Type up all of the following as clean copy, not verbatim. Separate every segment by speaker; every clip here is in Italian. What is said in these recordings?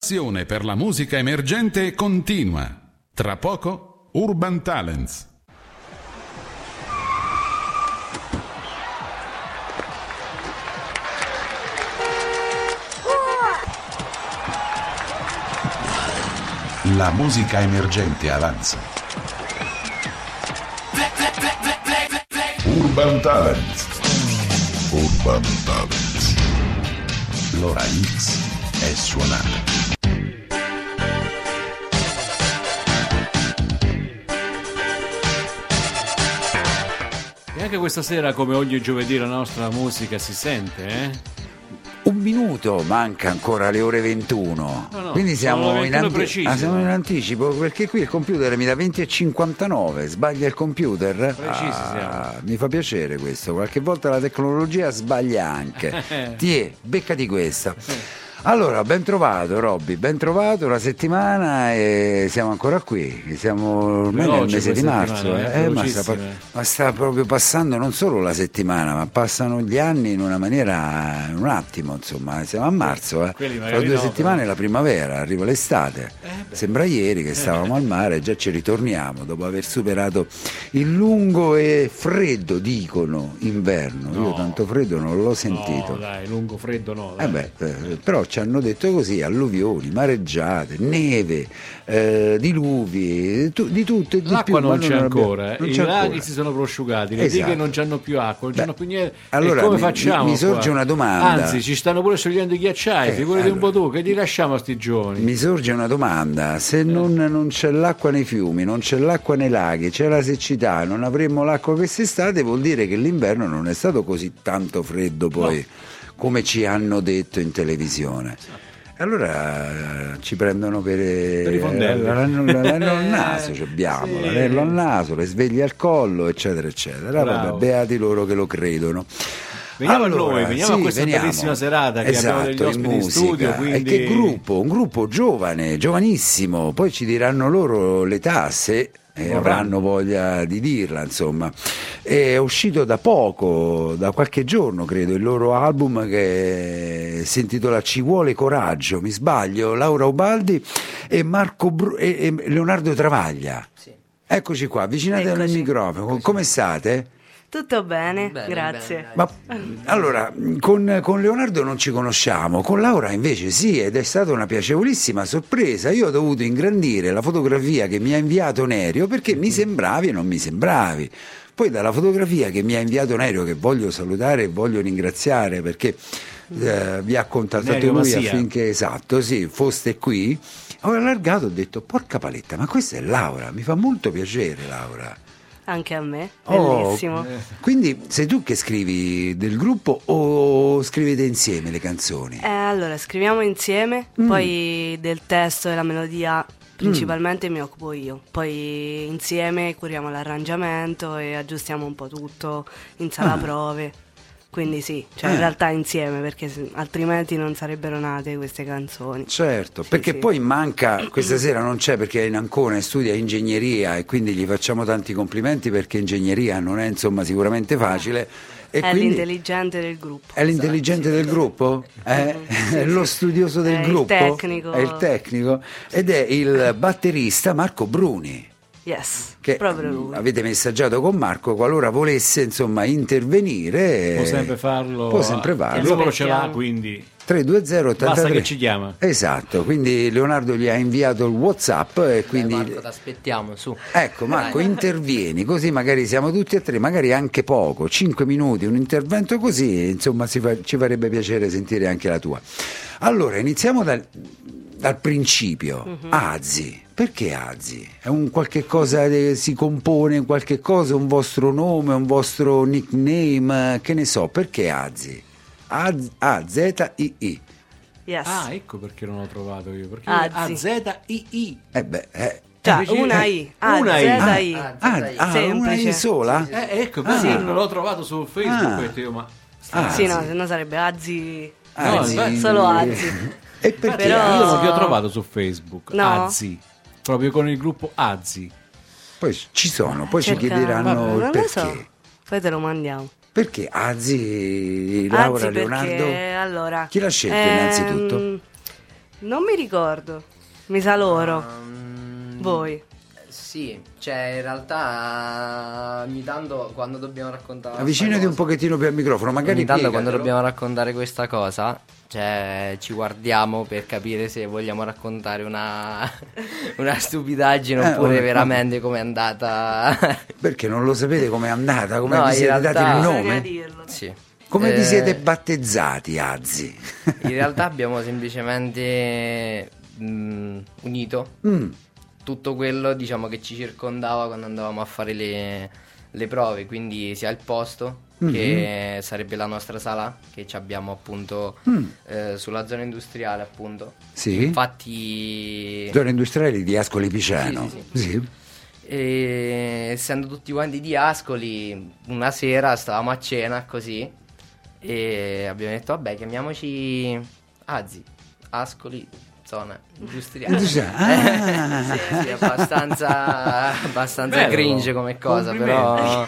Speaker 1: passione per la musica emergente continua. Tra poco, Urban Talents. La musica emergente avanza. Urban Talents. Urban Talents. L'ora X è suonata.
Speaker 2: E anche questa sera, come ogni giovedì, la nostra musica si sente, eh?
Speaker 3: Un minuto, manca ancora alle ore 21.
Speaker 2: No,
Speaker 3: quindi siamo in,
Speaker 2: siamo
Speaker 3: in anticipo, perché qui il computer mi dà 20:59. Sbaglia il computer?
Speaker 2: Siamo.
Speaker 3: Mi fa piacere questo. Qualche volta la tecnologia sbaglia anche. Beccati questa. Allora, ben trovato Robby, ben trovato, una settimana e siamo ancora qui, siamo ormai nel mese di marzo, ma sta proprio passando non solo la settimana, ma passano gli anni in una maniera, in un attimo, insomma, siamo a marzo, tra 2 settimane è la primavera, arriva l'estate, sembra ieri che stavamo al mare e già ci ritorniamo dopo aver superato il lungo e freddo, dicono, inverno. Io tanto freddo non l'ho sentito.
Speaker 2: No, dai, lungo freddo no. Dai.
Speaker 3: Però ci hanno detto così: alluvioni, mareggiate, neve, diluvi, di tutto e di
Speaker 2: l'acqua
Speaker 3: più.
Speaker 2: Non c'è ancora,
Speaker 3: non
Speaker 2: i
Speaker 3: c'è
Speaker 2: laghi
Speaker 3: ancora.
Speaker 2: si sono prosciugati, le dighe non c'hanno più acqua, non c'hanno più niente.
Speaker 3: Allora,
Speaker 2: e come facciamo?
Speaker 3: Mi sorge una domanda.
Speaker 2: Anzi, ci stanno pure sciogliendo i ghiacciai, figurati un po' tu, che li lasciamo a sti giovani?
Speaker 3: Mi sorge una domanda: se non c'è l'acqua nei fiumi, non c'è l'acqua nei laghi, c'è la siccità, non avremo l'acqua quest'estate, vuol dire che l'inverno non è stato così tanto freddo poi, come ci hanno detto in televisione. Allora ci prendono per
Speaker 2: i fondelli.
Speaker 3: L'anello al naso, abbiamo l'anello al naso, le sveglie al collo, eccetera eccetera. Vabbè, beati loro che lo credono.
Speaker 2: Veniamo a questa bellissima serata che abbiamo degli ospiti in studio, quindi...
Speaker 3: E che gruppo, un gruppo giovane, giovanissimo, poi ci diranno loro l'età, se avranno voglia di dirla, insomma. È uscito da poco, da qualche giorno credo, il loro album che si intitola Ci vuole coraggio, mi sbaglio? Laura Ubaldi e e Leonardo Travaglia. Sì. Eccoci qua, avvicinatevi al microfono. Come state?
Speaker 4: Tutto bene, grazie.
Speaker 3: Bene. Ma allora, con Leonardo non ci conosciamo, con Laura invece sì, ed è stata una piacevolissima sorpresa. Io ho dovuto ingrandire la fotografia che mi ha inviato Nerio perché mi sembravi e non mi sembravi. Poi dalla fotografia che mi ha inviato Nerio, che voglio salutare e voglio ringraziare perché vi ha contattato lui affinché foste qui, ho allargato, ho detto porca paletta, ma questa è Laura, mi fa molto piacere Laura.
Speaker 4: Anche a me, bellissimo.
Speaker 3: Quindi sei tu che scrivi del gruppo o scrivete insieme le canzoni?
Speaker 4: Allora, scriviamo insieme, poi del testo e la melodia principalmente mi occupo io. Poi insieme curiamo l'arrangiamento e aggiustiamo un po' tutto in sala prove. Quindi sì, cioè in realtà insieme, perché altrimenti non sarebbero nate queste canzoni.
Speaker 3: Certo, perché poi manca, questa sera non c'è perché è in Ancona e studia ingegneria e quindi gli facciamo tanti complimenti perché ingegneria non è insomma sicuramente facile. E
Speaker 4: è
Speaker 3: quindi
Speaker 4: l'intelligente del gruppo.
Speaker 3: È l'intelligente del gruppo? È lo studioso del gruppo? È il tecnico ed è il batterista Marco Bruni.
Speaker 4: Yes,
Speaker 3: che
Speaker 4: proprio lui.
Speaker 3: Avete messaggiato con Marco, qualora volesse insomma intervenire
Speaker 2: può sempre farlo,
Speaker 3: il
Speaker 2: numero ce l'ha, quindi
Speaker 3: 320
Speaker 2: basta che ci chiama.
Speaker 3: Esatto, quindi Leonardo gli ha inviato il WhatsApp e quindi
Speaker 5: Marco, t'aspettiamo su.
Speaker 3: Ecco Marco, intervieni così magari siamo tutti e tre, magari anche poco, 5 minuti, un intervento così, insomma ci farebbe piacere sentire anche la tua. Allora iniziamo dal principio. Azzi, perché Azzi? È un qualche cosa che si compone in qualche cosa, un vostro nome, un vostro nickname, che ne so, perché Azzi? A-Z-I-I.
Speaker 4: Yes.
Speaker 2: Ah, ecco perché non l'ho trovato io, perché A-Z-I-I.
Speaker 4: Cioè, una I. A-Z-I.
Speaker 3: Una I sola?
Speaker 2: Ecco, non l'ho trovato su Facebook, ma...
Speaker 4: Sì, no, se no sarebbe Azzi.
Speaker 3: Azzi.
Speaker 4: Solo Azzi.
Speaker 3: E perché?
Speaker 2: Però... Io non vi ho trovato su Facebook,
Speaker 4: no.
Speaker 2: Azzi, proprio con il gruppo Azzi.
Speaker 3: Poi ci sono, poi ci chiederanno il perché.
Speaker 4: So. Poi te lo mandiamo.
Speaker 3: Perché Azzi, Laura,
Speaker 4: Azzi,
Speaker 3: Leonardo?
Speaker 4: Perché, allora,
Speaker 3: chi l'ha scelto innanzitutto?
Speaker 4: Non mi ricordo. Mi sa loro. Voi.
Speaker 5: Sì, cioè in realtà ogni tanto quando dobbiamo raccontare
Speaker 3: Avvicinati un pochettino più al microfono, magari
Speaker 5: ogni tanto quando
Speaker 3: piegatelo.
Speaker 5: dobbiamo raccontare questa cosa, cioè ci guardiamo per capire se vogliamo raccontare una stupidaggine oppure veramente com'è andata.
Speaker 3: Perché non lo sapete com'è andata, come
Speaker 5: No,
Speaker 3: vi
Speaker 5: in
Speaker 3: siete
Speaker 5: realtà-
Speaker 3: dati il
Speaker 4: Bisogna
Speaker 3: nome?
Speaker 4: dirlo.
Speaker 5: Sì.
Speaker 3: Come vi siete battezzati, Azzi?
Speaker 5: In realtà abbiamo semplicemente unito tutto quello, diciamo, che ci circondava quando andavamo a fare le prove, quindi sia il posto che sarebbe la nostra sala che ci abbiamo appunto sulla zona industriale, appunto.
Speaker 3: Sì.
Speaker 5: Infatti
Speaker 3: Zona industriale di Ascoli Piceno.
Speaker 5: Sì, sì. E essendo tutti quanti di Ascoli, una sera stavamo a cena così e abbiamo detto vabbè, chiamiamoci Azzi, Ascoli, zona industriale.
Speaker 3: Ah.
Speaker 5: Sì, abbastanza
Speaker 2: Bello,
Speaker 5: cringe come cosa, però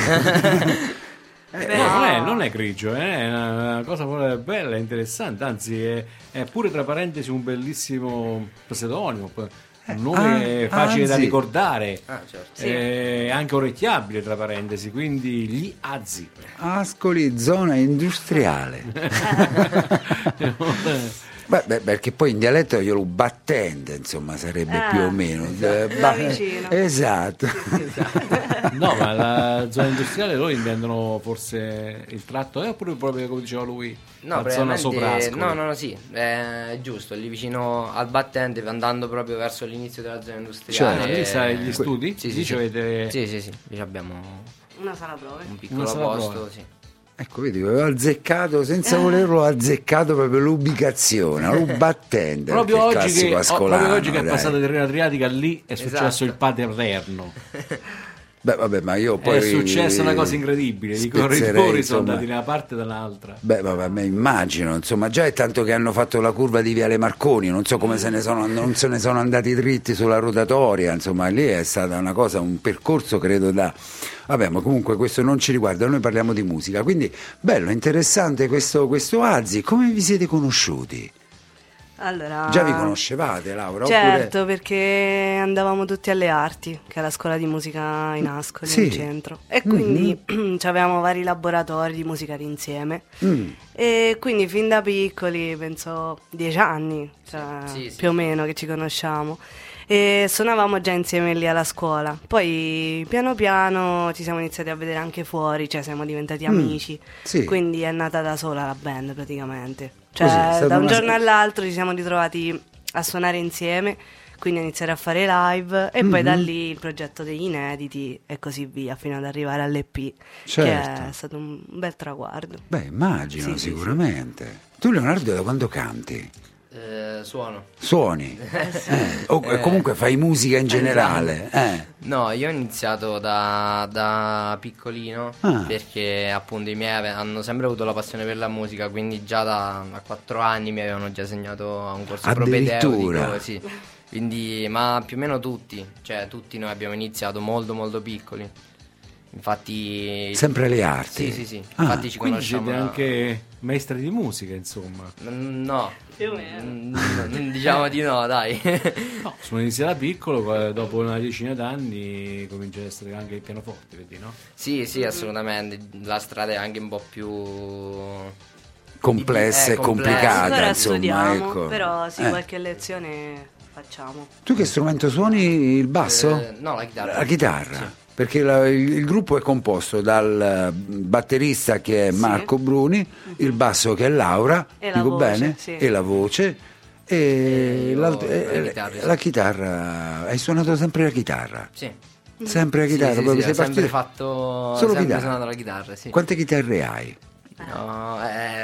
Speaker 2: No, non è grigio, è una cosa bella, interessante, anzi è pure tra parentesi un bellissimo pseudonimo, un nome facile da
Speaker 3: Azzi.
Speaker 2: ricordare,
Speaker 5: certo.
Speaker 2: anche orecchiabile tra parentesi, quindi gli Azzi.
Speaker 3: Ascoli, zona industriale. Beh, perché poi in dialetto io lo battente, insomma, sarebbe più o meno.
Speaker 4: da vicino.
Speaker 3: Esatto.
Speaker 2: No, ma la zona industriale loro intendono forse il tratto, oppure proprio come diceva lui,
Speaker 5: No,
Speaker 2: la zona
Speaker 5: praticamente-
Speaker 2: sopra Ascoli?
Speaker 5: no, sì, è giusto, lì vicino al battente, andando proprio verso l'inizio della zona industriale.
Speaker 2: Cioè, lì sai gli studi?
Speaker 5: Sì,
Speaker 2: Lì
Speaker 5: sì,
Speaker 2: avete...
Speaker 5: sì, lì abbiamo
Speaker 4: Una sala prove.
Speaker 5: un piccolo
Speaker 2: Una sala
Speaker 5: posto,
Speaker 2: prove.
Speaker 5: sì.
Speaker 3: Ecco, vedi, avevo azzeccato, senza volerlo, azzeccato proprio l'ubicazione, lo battente.
Speaker 2: Proprio
Speaker 3: perché è
Speaker 2: oggi,
Speaker 3: classico ascolano,
Speaker 2: proprio oggi che è
Speaker 3: dai.
Speaker 2: passata di Adriatica, lì è successo
Speaker 5: Esatto.
Speaker 2: il paterno.
Speaker 3: Beh, vabbè, ma io poi...
Speaker 2: È successa una cosa incredibile, i
Speaker 3: spezzerei,
Speaker 2: corridori sono
Speaker 3: insomma.
Speaker 2: andati da una parte e dall'altra.
Speaker 3: Beh, vabbè, me immagino, insomma, già è tanto che hanno fatto la curva di Viale Marconi, non so come non se ne sono andati dritti sulla rotatoria, insomma, lì è stata una cosa, un percorso credo da... Vabbè, ma comunque questo non ci riguarda, noi parliamo di musica, quindi bello, interessante questo Azzi, come vi siete conosciuti?
Speaker 4: Allora,
Speaker 3: Già vi conoscevate, Laura?
Speaker 4: certo, perché andavamo tutti alle arti, che è la scuola di musica in Ascoli,
Speaker 3: Sì.
Speaker 4: in centro. E quindi avevamo vari laboratori di musica insieme. E quindi fin da piccoli, penso 10 anni, cioè,
Speaker 5: Sì.
Speaker 4: più o meno, che ci conosciamo. E suonavamo già insieme lì alla scuola. Poi piano piano ci siamo iniziati a vedere anche fuori, cioè siamo diventati amici.
Speaker 3: sì.
Speaker 4: Quindi è nata da sola la band praticamente.
Speaker 3: Così, è
Speaker 4: Cioè,
Speaker 3: stata
Speaker 4: da un
Speaker 3: una-
Speaker 4: giorno all'altro ci siamo ritrovati a suonare insieme, quindi a iniziare a fare live e poi da lì il progetto degli inediti e così via fino ad arrivare all'EP,
Speaker 3: Certo.
Speaker 4: che è stato un bel traguardo.
Speaker 3: Beh, immagino,
Speaker 4: Sì, sì,
Speaker 3: sicuramente. Tu, Leonardo, da quando canti?
Speaker 5: Suono.
Speaker 3: Suoni? O comunque fai musica in generale?
Speaker 5: No, io ho iniziato da piccolino
Speaker 3: Ah.
Speaker 5: perché appunto i miei hanno sempre avuto la passione per la musica, quindi già da 4 anni mi avevano già segnato a un corso
Speaker 3: Addirittura?
Speaker 5: propedeutico, sì. Quindi, ma più o meno tutti, cioè tutti noi abbiamo iniziato molto molto piccoli. Infatti
Speaker 3: Sempre le arti?
Speaker 5: Sì.
Speaker 3: Ah,
Speaker 5: Infatti ci
Speaker 2: Quindi
Speaker 5: conosciamo
Speaker 2: siete
Speaker 5: da-
Speaker 2: anche maestri di musica, insomma.
Speaker 5: No.
Speaker 4: Più o meno.
Speaker 5: Diciamo di no, dai.
Speaker 2: No, sono iniziato da piccolo, dopo una decina d'anni comincia ad essere anche il pianoforte, vedi, no?
Speaker 5: Sì, assolutamente. La strada è anche un po' più
Speaker 3: Complessa e
Speaker 5: complessa.
Speaker 3: complicata,
Speaker 4: Ancora
Speaker 3: insomma,
Speaker 4: studiamo,
Speaker 3: ecco.
Speaker 4: però sì, qualche lezione facciamo.
Speaker 3: Tu che strumento suoni? Il basso?
Speaker 5: no, la chitarra.
Speaker 3: La chitarra? Perché il gruppo è composto dal batterista che è Marco Bruni, il basso che è Laura,
Speaker 4: E la
Speaker 3: dico
Speaker 4: voce,
Speaker 3: bene,
Speaker 4: sì.
Speaker 3: e la voce, e
Speaker 5: io
Speaker 3: l'altro-
Speaker 5: la chitarra, sì.
Speaker 3: la chitarra. Hai suonato sempre la chitarra?
Speaker 5: Sì.
Speaker 3: Sempre la chitarra?
Speaker 5: Sì,
Speaker 3: proprio
Speaker 5: ho
Speaker 3: sei
Speaker 5: sempre
Speaker 3: partito-
Speaker 5: fatto
Speaker 3: Solo
Speaker 5: sempre
Speaker 3: chitarra?
Speaker 5: suonato la chitarra, sì.
Speaker 3: Quante chitarre hai?
Speaker 5: No,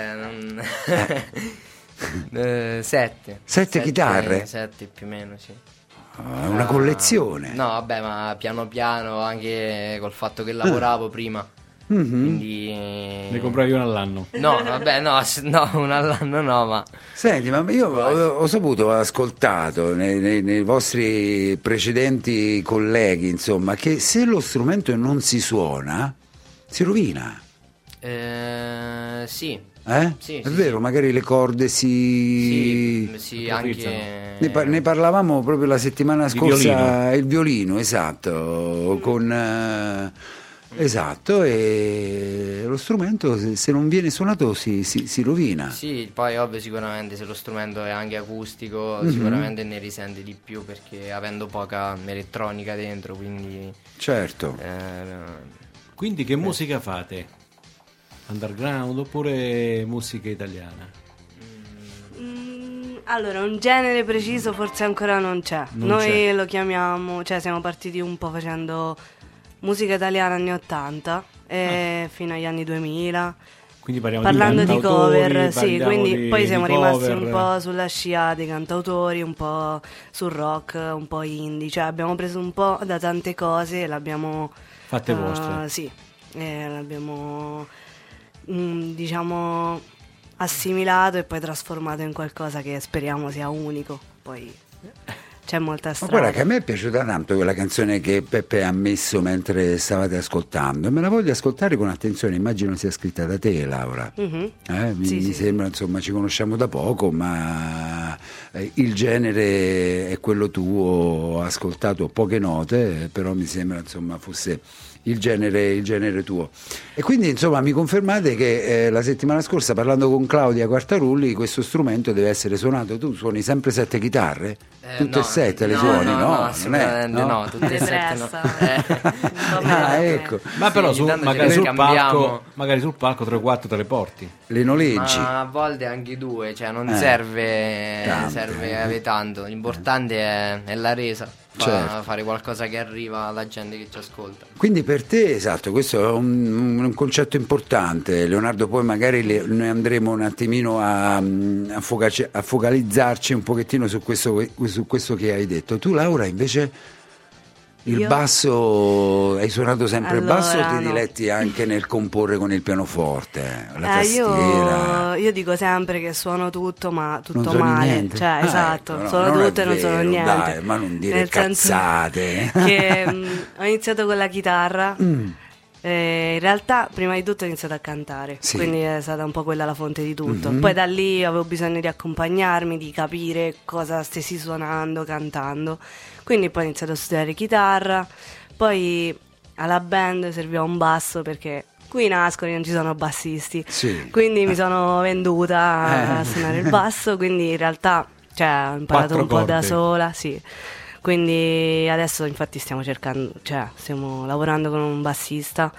Speaker 5: sette.
Speaker 3: Sette chitarre?
Speaker 5: 7 più o meno, sì.
Speaker 3: Ah, una collezione.
Speaker 5: No, vabbè, ma piano piano, anche col fatto che lavoravo prima.
Speaker 3: Mhm.
Speaker 5: Quindi
Speaker 2: Ne compravi uno all'anno.
Speaker 5: no, vabbè, no, un all'anno no, ma
Speaker 3: Senti, ma io ho saputo, ho ascoltato nei vostri precedenti colleghi, insomma, che se lo strumento non si suona, si rovina.
Speaker 5: sì, Sì,
Speaker 3: È
Speaker 5: sì,
Speaker 3: vero, magari le corde
Speaker 5: sì, anche...
Speaker 3: Ne parlavamo proprio la settimana scorsa,
Speaker 2: violino.
Speaker 3: il violino, esatto, esatto, e lo strumento se non viene suonato si rovina.
Speaker 5: Sì, poi ovvio sicuramente se lo strumento è anche acustico sicuramente ne risente di più perché avendo poca elettronica dentro, quindi...
Speaker 3: Certo.
Speaker 2: Quindi che musica fate? Underground oppure musica italiana?
Speaker 4: Allora, un genere preciso forse ancora non c'è. Noi lo chiamiamo, cioè siamo partiti un po' facendo musica italiana anni 80 fino agli anni 2000.
Speaker 2: Quindi parliamo
Speaker 4: Parlando
Speaker 2: di
Speaker 4: di
Speaker 2: cantautori,
Speaker 4: cover, sì,
Speaker 2: parliamo
Speaker 4: quindi poi siamo
Speaker 2: di
Speaker 4: rimasti
Speaker 2: cover.
Speaker 4: un po' sulla scia dei cantautori, un po' sul rock, un po' indie, cioè abbiamo preso un po' da tante cose e l'abbiamo
Speaker 2: Fatte vostre.
Speaker 4: Sì, l'abbiamo diciamo assimilato e poi trasformato in qualcosa che speriamo sia unico. Poi c'è molta
Speaker 3: Ma
Speaker 4: strada.
Speaker 3: guarda che a me è piaciuta tanto quella canzone che Peppe ha messo mentre stavate ascoltando e me la voglio ascoltare con attenzione, immagino sia scritta da te, Laura.
Speaker 4: Mhm.
Speaker 3: Mi
Speaker 4: Sì.
Speaker 3: sembra, insomma, ci conosciamo da poco, ma il genere è quello tuo, ho ascoltato poche note, però mi sembra, insomma, fosse il genere tuo. E quindi, insomma, mi confermate che la settimana scorsa, parlando con Claudia Quartarulli, questo strumento deve essere suonato. Tu suoni sempre 7 chitarre? Tutte e 7 le suoni, no?
Speaker 5: No,
Speaker 3: Non è,
Speaker 5: assolutamente no, tutte e
Speaker 4: Le
Speaker 5: 7 no.
Speaker 4: presta.
Speaker 3: Ecco,
Speaker 2: Ma però
Speaker 5: Sì, intanto
Speaker 2: magari,
Speaker 5: ce le scambiamo.
Speaker 2: magari sul palco 3-4 te le porti.
Speaker 3: le noleggi.
Speaker 5: Ma a volte anche 2, cioè non
Speaker 3: Tante.
Speaker 5: serve avere tanto, l'importante è la resa,
Speaker 3: Certo.
Speaker 5: fare qualcosa che arriva alla gente che ci ascolta.
Speaker 3: Quindi per te, esatto, questo è un concetto importante, Leonardo, poi magari noi andremo un attimino a focalizzarci un pochettino su questo che hai detto. Tu, Laura, invece il
Speaker 4: Io?
Speaker 3: basso, hai suonato sempre il basso o
Speaker 4: Allora,
Speaker 3: ti
Speaker 4: no.
Speaker 3: diletti anche nel comporre con il pianoforte, la tastiera?
Speaker 4: Io dico sempre che suono tutto, ma tutto
Speaker 3: Non suoni
Speaker 4: male.
Speaker 3: niente?
Speaker 4: Cioè, esatto,
Speaker 3: ecco, no,
Speaker 4: suono
Speaker 3: non è
Speaker 4: tutto e non sono
Speaker 3: vero,
Speaker 4: niente.
Speaker 3: dai, ma non dire
Speaker 4: Nel senso
Speaker 3: cazzate.
Speaker 4: Che ho iniziato con la chitarra. In realtà, prima di tutto, ho iniziato a cantare,
Speaker 3: Sì.
Speaker 4: quindi è stata un po' quella la fonte di tutto. Poi da lì avevo bisogno di accompagnarmi, di capire cosa stessi suonando, cantando. Quindi poi ho iniziato a studiare chitarra. Poi alla band serviva un basso perché qui in Ascoli non ci sono bassisti.
Speaker 3: Sì.
Speaker 4: Quindi mi sono venduta a suonare il basso, quindi in realtà ho imparato
Speaker 2: 4
Speaker 4: un po' da
Speaker 2: corde.
Speaker 4: sola, sì. Quindi adesso infatti stiamo lavorando con un bassista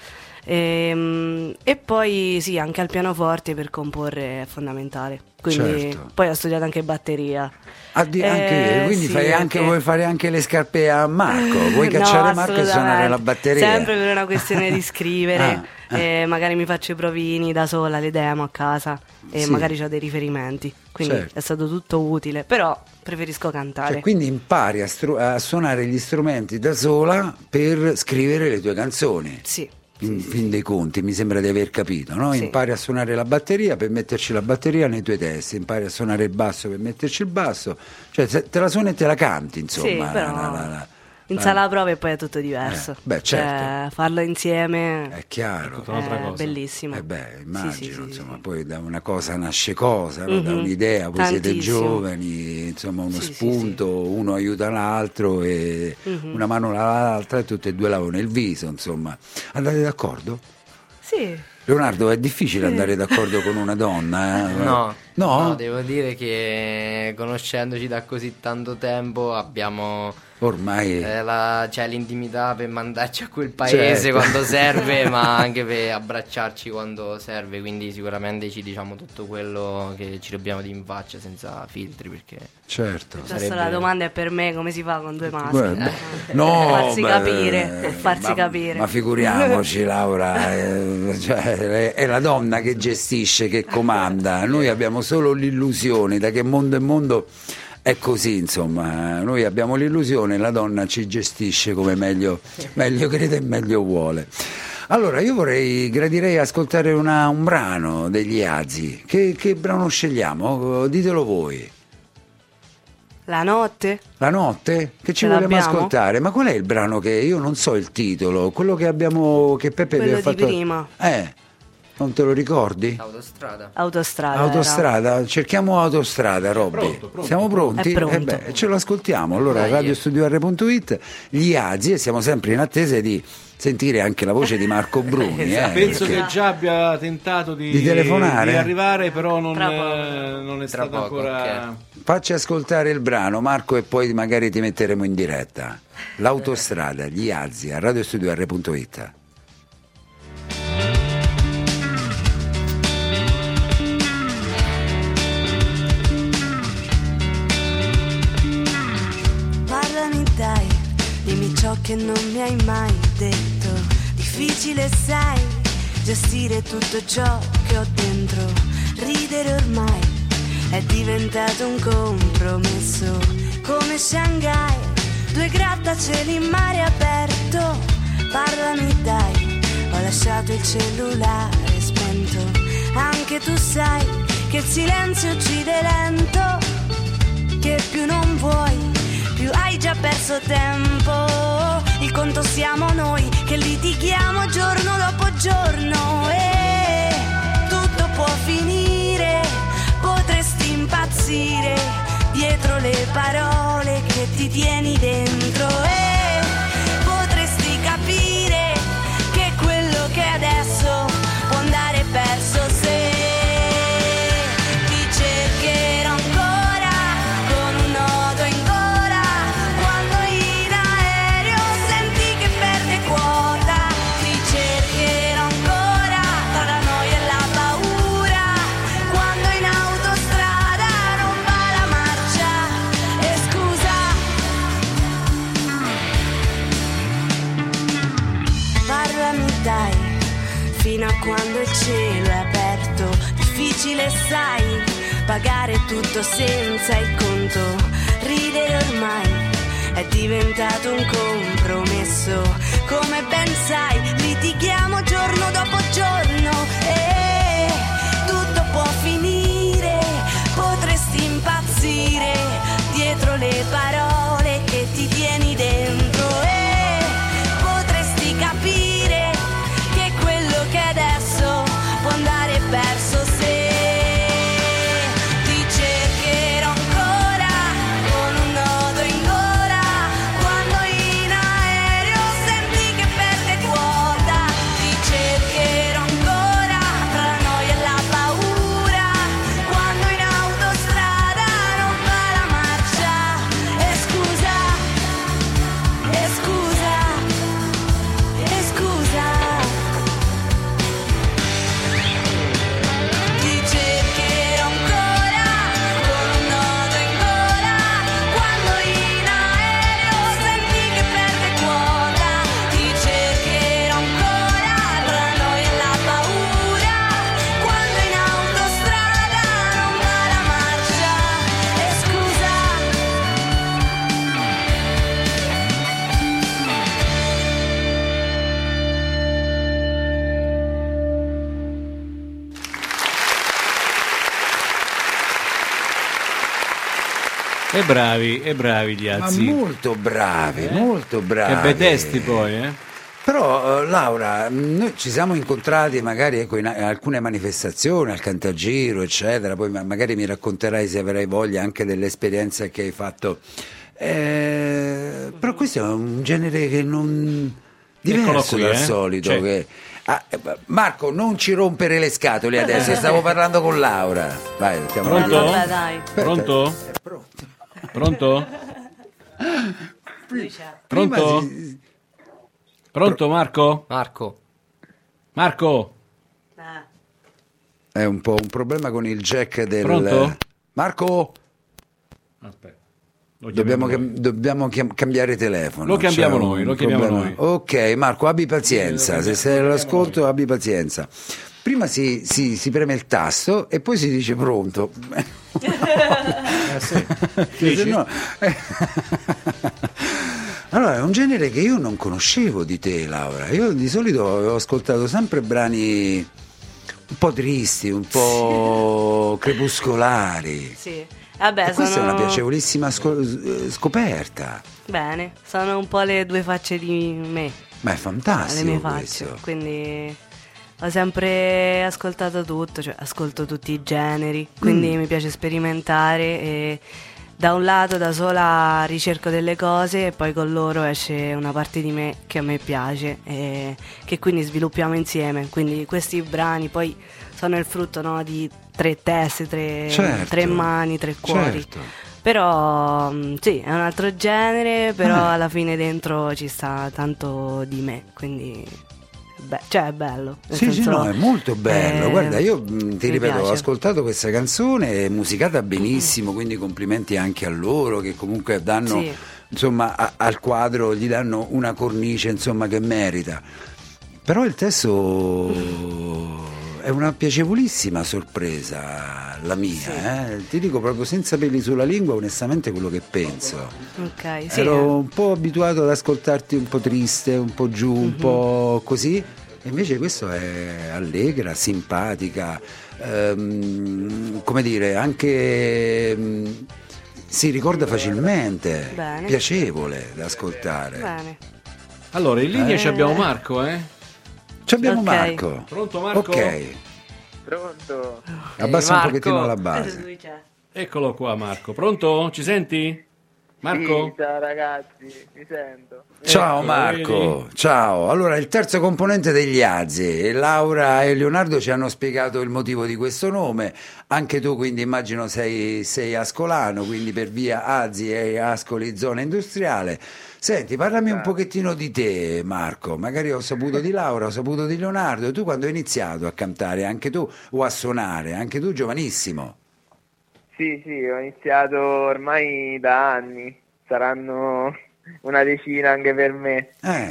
Speaker 4: e poi sì, anche al pianoforte per comporre è fondamentale. Quindi
Speaker 3: Certo.
Speaker 4: poi ho studiato anche batteria.
Speaker 3: Quindi
Speaker 4: sì,
Speaker 3: vuoi fare anche le scarpe a Marco? Vuoi cacciare
Speaker 4: No,
Speaker 3: Marco e suonare
Speaker 4: assolutamente.
Speaker 3: la batteria?
Speaker 4: Sempre per una questione di scrivere.
Speaker 3: Ah.
Speaker 4: Magari mi faccio i provini da sola, le demo a casa e
Speaker 3: Sì.
Speaker 4: magari ho dei riferimenti. Quindi
Speaker 3: Certo.
Speaker 4: è stato tutto utile, però preferisco cantare.
Speaker 3: Cioè, quindi impari a suonare gli strumenti da sola per scrivere le tue canzoni.
Speaker 4: Sì.
Speaker 3: In fin dei conti, mi sembra di aver capito, no?
Speaker 4: Sì.
Speaker 3: Impari a suonare la batteria per metterci la batteria nei tuoi testi, impari a suonare il basso per metterci il basso, cioè te la suoni e te la canti, insomma.
Speaker 4: Sì, però in sala a prove poi è tutto diverso.
Speaker 3: beh, certo.
Speaker 4: Cioè, farlo insieme
Speaker 3: È chiaro.
Speaker 2: Tutta un'altra
Speaker 4: è
Speaker 2: cosa.
Speaker 4: bellissimo.
Speaker 3: Immagino,
Speaker 4: Sì, sì,
Speaker 3: insomma,
Speaker 4: sì.
Speaker 3: poi da una cosa nasce cosa, no? Da
Speaker 4: Mhm.
Speaker 3: un'idea, voi siete
Speaker 4: Tantissimo.
Speaker 3: giovani, insomma uno
Speaker 4: Sì, sì,
Speaker 3: spunto, uno aiuta l'altro e una mano l'altra e tutte e due lavano il viso, insomma. Andate d'accordo?
Speaker 4: Sì.
Speaker 3: Leonardo, è difficile andare d'accordo con una donna?
Speaker 5: No,
Speaker 3: No?
Speaker 5: devo dire che conoscendoci da così tanto tempo abbiamo
Speaker 3: Ormai...
Speaker 5: c'è l'intimità per mandarci a quel paese
Speaker 3: Certo.
Speaker 5: quando serve, ma anche per abbracciarci quando serve, quindi sicuramente ci diciamo tutto quello che ci dobbiamo dire in faccia senza filtri, perché
Speaker 3: Certo.
Speaker 4: Adesso la domanda è per me, come si fa con due maschi?
Speaker 3: Guarda, no,
Speaker 4: farsi
Speaker 3: beh,
Speaker 4: capire, farsi
Speaker 3: ma,
Speaker 4: capire.
Speaker 3: Ma figuriamoci, Laura, cioè, è la donna che gestisce, che comanda. Noi abbiamo solo l'illusione, da che mondo è mondo è così, insomma. Noi abbiamo l'illusione, la donna ci gestisce come meglio crede e meglio vuole. Allora, io gradirei ascoltare un brano degli Azi. Che brano scegliamo? Ditelo voi.
Speaker 4: La notte?
Speaker 3: La notte? Che ci
Speaker 4: Ce
Speaker 3: vogliamo
Speaker 4: l'abbiamo?
Speaker 3: ascoltare? Ma qual è il brano che io non so il titolo? Quello che Peppe
Speaker 4: Quello
Speaker 3: aveva
Speaker 4: di
Speaker 3: fatto.
Speaker 4: prima.
Speaker 3: Non te lo ricordi?
Speaker 5: Autostrada.
Speaker 3: Cerchiamo Autostrada, Robby.
Speaker 2: Pronto.
Speaker 3: Siamo pronti?
Speaker 4: È pronto.
Speaker 3: Ce lo ascoltiamo. Allora, radiostudio.it, gli Azi, e siamo sempre in attesa di sentire anche la voce di Marco Bruni.
Speaker 2: Penso
Speaker 3: perché
Speaker 2: che già abbia tentato
Speaker 3: di telefonare,
Speaker 2: di arrivare, però non è
Speaker 5: Tra
Speaker 2: stato
Speaker 5: poco,
Speaker 2: ancora.
Speaker 5: ok.
Speaker 3: Facci ascoltare il brano, Marco, e poi magari ti metteremo in diretta. L'Autostrada, gli Azi, a radiostudio.it.
Speaker 4: Parlami dai, dimmi ciò che non mi hai mai detto. Difficile sai gestire tutto ciò che ho dentro. Ridere ormai è diventato un compromesso. Come Shanghai, 2 grattacieli in mare aperto. Parlami dai, ho lasciato il cellulare spento. Anche tu sai che il silenzio uccide lento. Che più non vuoi, più hai già perso tempo. Il conto siamo noi che litighiamo giorno dopo giorno. E tutto può finire, potresti impazzire dietro le parole che ti tieni dentro. E potresti capire che quello che adesso può andare perso se ti cercherò ancora con un nodo in gola. Quando in aereo senti che perde quota, ti cercherò ancora tra la noia e la paura. Quando in autostrada non va la marcia. E scusa, parlami dai, fino a quando il cielo è aperto. Difficile sai pagare tutto senza il conto. Ridere ormai è diventato un compromesso. Come ben sai litighiamo giorno dopo giorno. E tutto può finire, potresti impazzire dietro le parole che ti tieni dentro. E potresti capire che quello che adesso può andare perso se ti cercherò ancora con un nodo in gola. Quando in aereo senti che perde quota, ti cercherò ancora tra la noia e la paura. Quando in autostrada non va la marcia. E scusa, e scusa, e scusa. Ti cercherò ancora con un nodo in gola. Quando in aereo senti che perde quota, ti cercherò ancora tra la noia e la paura. Quando in autostrada non va la marcia. E scusa.
Speaker 2: E bravi gli
Speaker 3: Ma
Speaker 2: Azi.
Speaker 3: molto bravi, molto bravi.
Speaker 2: Che bei testi poi,
Speaker 3: Però Laura, noi ci siamo incontrati magari ecco, in alcune manifestazioni, al Cantagiro, eccetera, poi magari mi racconterai se avrai voglia anche dell'esperienza che hai fatto. Però questo è un genere che non diverso
Speaker 2: qui,
Speaker 3: dal solito.
Speaker 2: Cioè.
Speaker 3: Che... Marco, non ci rompere le scatole adesso, stavo parlando con Laura. Vai, mettiamo la
Speaker 2: Pronto?
Speaker 4: Vabbè, dai.
Speaker 2: Pronto?
Speaker 3: Pronto.
Speaker 2: Pronto?
Speaker 3: Prima
Speaker 2: Pronto? Pronto Marco?
Speaker 5: Marco,
Speaker 3: È un po' un problema con il jack del...
Speaker 2: Pronto?
Speaker 3: Marco?
Speaker 2: Aspetta. Lo chiamiamo noi.
Speaker 3: Dobbiamo cambiare telefono.
Speaker 2: Lo chiamiamo
Speaker 3: C'è
Speaker 2: noi,
Speaker 3: un
Speaker 2: lo chiamiamo
Speaker 3: problema.
Speaker 2: noi.
Speaker 3: Ok, Marco, abbi pazienza. Se sei all'ascolto, abbi pazienza. Prima si preme il tasto e poi si dice pronto.
Speaker 2: Sì.
Speaker 3: Se no- Allora, è un genere che io non conoscevo di te, Laura. Io di solito ho ascoltato sempre brani un po' tristi, un po' crepuscolari.
Speaker 4: Sì. Vabbè,
Speaker 3: E questa
Speaker 4: sono...
Speaker 3: è una piacevolissima scoperta.
Speaker 4: Bene, sono un po' le due facce di me,
Speaker 3: Ma è
Speaker 4: le
Speaker 3: fantastico
Speaker 4: mie
Speaker 3: questo.
Speaker 4: facce, quindi ho sempre ascoltato tutto, cioè ascolto tutti i generi, quindi mi piace sperimentare e da un lato da sola ricerco delle cose e poi con loro esce una parte di me che a me piace e che quindi sviluppiamo insieme. Quindi questi brani poi sono il frutto, no, di 3 teste, 3 mani, 3 cuori.
Speaker 3: Certo.
Speaker 4: Però sì, è un altro genere, però alla fine dentro ci sta tanto di me, quindi cioè è bello.
Speaker 3: Sì, no, è molto bello. Guarda, io ti ripeto,
Speaker 4: piace.
Speaker 3: ho ascoltato questa canzone, è musicata benissimo, quindi complimenti anche a loro che comunque danno,
Speaker 4: Sì.
Speaker 3: insomma, al quadro gli danno una cornice, insomma, che merita. Però il testo è una piacevolissima sorpresa la mia, Ti dico proprio senza peli sulla lingua, onestamente quello che penso.
Speaker 4: Ok, sì.
Speaker 3: Ero un po' abituato ad ascoltarti un po' triste, un po' giù, un po' così, e invece questo è allegra, simpatica, come dire, anche si ricorda facilmente,
Speaker 4: Bene.
Speaker 3: piacevole da ascoltare.
Speaker 4: Bene.
Speaker 2: Allora, in linea ci abbiamo Marco,
Speaker 3: Ci abbiamo
Speaker 4: Ok.
Speaker 3: Marco.
Speaker 2: Pronto, Marco?
Speaker 3: Ok,
Speaker 6: Pronto?
Speaker 3: abbassa un
Speaker 5: Marco.
Speaker 3: pochettino la base.
Speaker 4: Lui c'è.
Speaker 2: Eccolo qua, Marco. Pronto? Ci senti? Marco?
Speaker 6: Sì, ciao ragazzi, mi sento.
Speaker 3: Ciao
Speaker 2: Ecco,
Speaker 3: Marco,
Speaker 2: vedi?
Speaker 3: ciao. Allora, il terzo componente degli Azi, Laura e Leonardo ci hanno spiegato il motivo di questo nome. Anche tu, quindi immagino sei ascolano, quindi per via Azi e Ascoli zona industriale. Senti, parlami un pochettino di te, Marco. Magari ho saputo di Laura, ho saputo di Leonardo. Tu quando hai iniziato a cantare, anche tu, o a suonare, anche tu giovanissimo?
Speaker 6: Sì, ho iniziato ormai da anni, saranno una decina anche per me.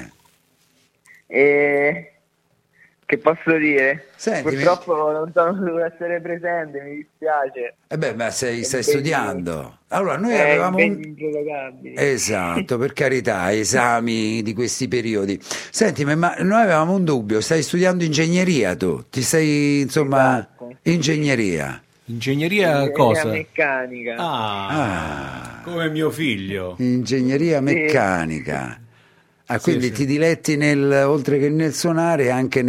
Speaker 6: E che posso dire?
Speaker 3: Senti,
Speaker 6: Purtroppo non sono potuto essere presente, mi dispiace.
Speaker 3: ma stai
Speaker 6: Impegni-
Speaker 3: studiando. Allora, noi avevamo
Speaker 6: impegni improrogabili.
Speaker 3: Esatto, per carità, esami di questi periodi. Senti, ma noi avevamo un dubbio, stai studiando ingegneria tu? Ti stai, insomma,
Speaker 6: Esatto.
Speaker 3: ingegneria.
Speaker 2: Ingegneria cosa?
Speaker 6: Meccanica.
Speaker 2: Come mio figlio.
Speaker 3: Ingegneria meccanica. Ah, quindi
Speaker 2: sì.
Speaker 3: ti diletti oltre che nel suonare, anche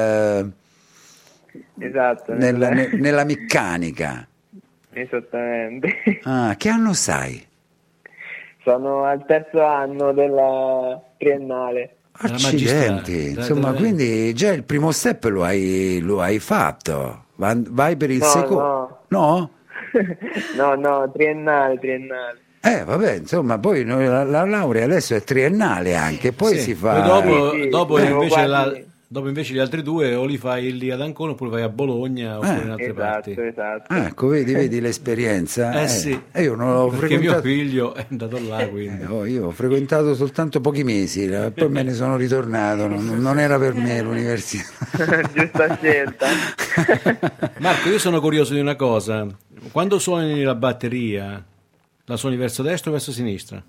Speaker 6: Esatto.
Speaker 3: nella meccanica.
Speaker 6: Esattamente.
Speaker 3: Ah, che anno sai?
Speaker 6: Sono al terzo anno della triennale.
Speaker 2: Della
Speaker 3: Accidenti,
Speaker 2: magistrale.
Speaker 3: insomma, quindi già il primo step lo hai fatto. Vai per il
Speaker 6: No,
Speaker 3: secondo. No?
Speaker 6: No, triennale.
Speaker 3: Vabbè, insomma, poi la laurea adesso è triennale anche, poi
Speaker 2: Sì.
Speaker 3: si fa.
Speaker 2: Poi dopo
Speaker 6: devo
Speaker 2: invece
Speaker 6: quasi-
Speaker 2: dopo invece gli altri due o li fai lì ad Ancona oppure vai a Bologna oppure in altre parti.
Speaker 6: Esatto.
Speaker 3: Ecco, vedi l'esperienza.
Speaker 2: Sì.
Speaker 3: E io non l'ho
Speaker 2: Perché mio
Speaker 3: frequentato.
Speaker 2: figlio è andato là, quindi.
Speaker 3: Io ho frequentato soltanto pochi mesi, poi me ne sono ritornato, non era per me l'università.
Speaker 6: Giusta scelta.
Speaker 2: Marco, io sono curioso di una cosa. Quando suoni la batteria, la suoni verso destra o verso sinistra?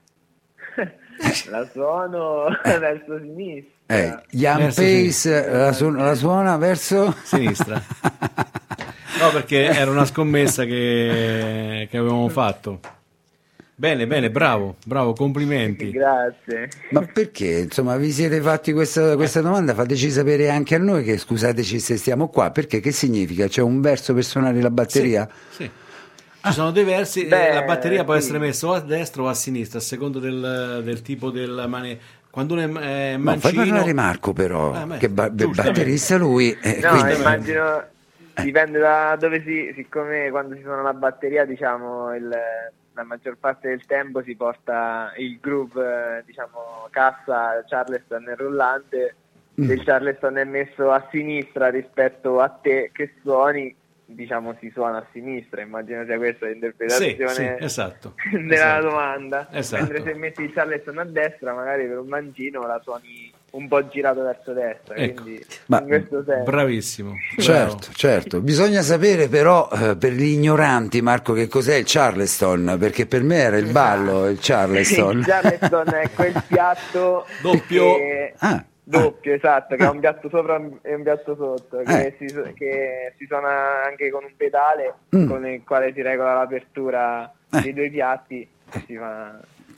Speaker 6: La suono verso sinistra.
Speaker 3: Jan
Speaker 2: Verso
Speaker 3: Pace la suona verso
Speaker 2: Sinistra. No, perché era una scommessa che avevamo fatto. Bene, bravo, complimenti.
Speaker 6: Grazie.
Speaker 3: Ma perché? Insomma, vi siete fatti questa domanda? Fateci sapere anche a noi che scusateci se stiamo qua, perché che significa? C'è un verso per suonare la batteria?
Speaker 2: Sì. Ci sono dei versi,
Speaker 6: Beh,
Speaker 2: la batteria può
Speaker 6: sì.
Speaker 2: essere messa o a destra o a sinistra, a seconda del tipo della quando uno è
Speaker 3: No, fai
Speaker 2: mancino.
Speaker 3: parlare Marco però, che
Speaker 2: giustamente.
Speaker 3: batterista lui.
Speaker 6: No,
Speaker 3: quindi-
Speaker 6: immagino dipende da dove siccome quando si suona la batteria, diciamo, la maggior parte del tempo si porta il groove, diciamo, cassa, Charleston e rullante. Se il Charleston è messo a sinistra rispetto a te che suoni, diciamo, si suona a sinistra. Immagino sia questa l'interpretazione
Speaker 2: Sì, esatto.
Speaker 6: della
Speaker 2: Esatto.
Speaker 6: domanda.
Speaker 2: Esatto.
Speaker 6: Mentre se metti il Charleston a destra, magari per un mancino la suoni un po' girato verso destra,
Speaker 2: Ecco.
Speaker 6: quindi
Speaker 3: Ma-
Speaker 6: in questo senso.
Speaker 2: Bravissimo. Bravo.
Speaker 3: Certo. Bisogna sapere però per gli ignoranti, Marco, che cos'è il Charleston, perché per me era il ballo, il Charleston.
Speaker 6: Il Charleston è quel piatto
Speaker 2: Doppio.
Speaker 6: che-
Speaker 3: Ah,
Speaker 6: doppio, esatto, che ha un piatto sopra e un piatto sotto, che
Speaker 3: Eh.
Speaker 6: si suona anche con un pedale con il quale si regola l'apertura dei due piatti e si fa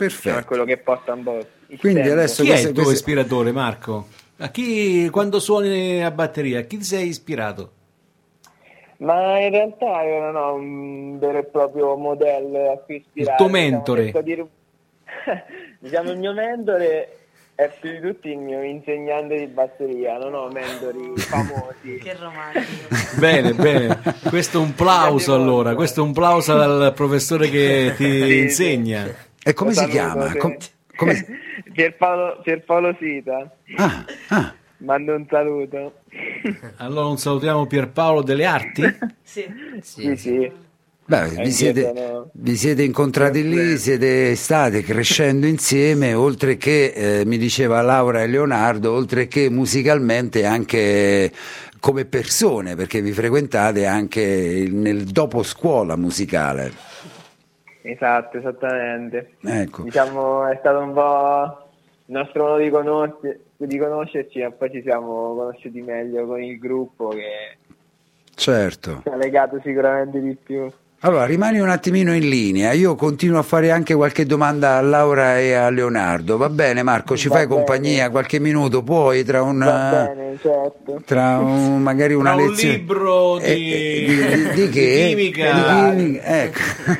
Speaker 3: Perfetto.
Speaker 6: È quello che porta un po'. il
Speaker 3: Quindi
Speaker 6: tempo.
Speaker 3: adesso
Speaker 2: Chi è il tuo
Speaker 3: queste-
Speaker 2: ispiratore, Marco? A chi, quando suoni a batteria, a chi ti sei ispirato?
Speaker 6: Ma in realtà io non ho un vero e proprio modello a cui ispirare.
Speaker 2: tuo mentore.
Speaker 6: Diciamo, il mio mentore è più di tutti il mio insegnante di batteria, non ho mentori famosi.
Speaker 4: Che romantico.
Speaker 2: Bene, bene. Questo è un plauso allora, questo è un plauso al professore che ti
Speaker 6: Sì,
Speaker 2: insegna.
Speaker 3: E come
Speaker 6: Lo
Speaker 3: si
Speaker 6: saluto,
Speaker 3: chiama?
Speaker 6: sì.
Speaker 3: Come-
Speaker 6: Pierpaolo Sita,
Speaker 3: Ah,
Speaker 6: mando un saluto.
Speaker 2: Allora un salutiamo Pierpaolo Delle Arti.
Speaker 4: Sì.
Speaker 6: Sì.
Speaker 3: beh, vi
Speaker 6: Anche
Speaker 3: siete, vi siete incontrati lì, state crescendo insieme, oltre che, mi diceva Laura e Leonardo, oltre che musicalmente anche come persone, perché vi frequentate anche nel dopo scuola musicale.
Speaker 6: Esatto, esattamente.
Speaker 3: Ecco.
Speaker 6: Diciamo, è stato un po' il nostro modo di conoscerci, e poi ci siamo conosciuti meglio con il gruppo che
Speaker 3: Certo.
Speaker 6: ci ha legato sicuramente di più.
Speaker 3: Allora, rimani un attimino in linea, io continuo a fare anche qualche domanda a Laura e a Leonardo, va bene Marco, ci
Speaker 6: Va
Speaker 3: fai
Speaker 6: bene.
Speaker 3: compagnia qualche minuto, poi tra
Speaker 6: Va bene, certo.
Speaker 3: magari una
Speaker 2: Tra un
Speaker 3: lezione
Speaker 2: libro di
Speaker 3: di che?
Speaker 2: chimica.
Speaker 3: Di chimica, ecco.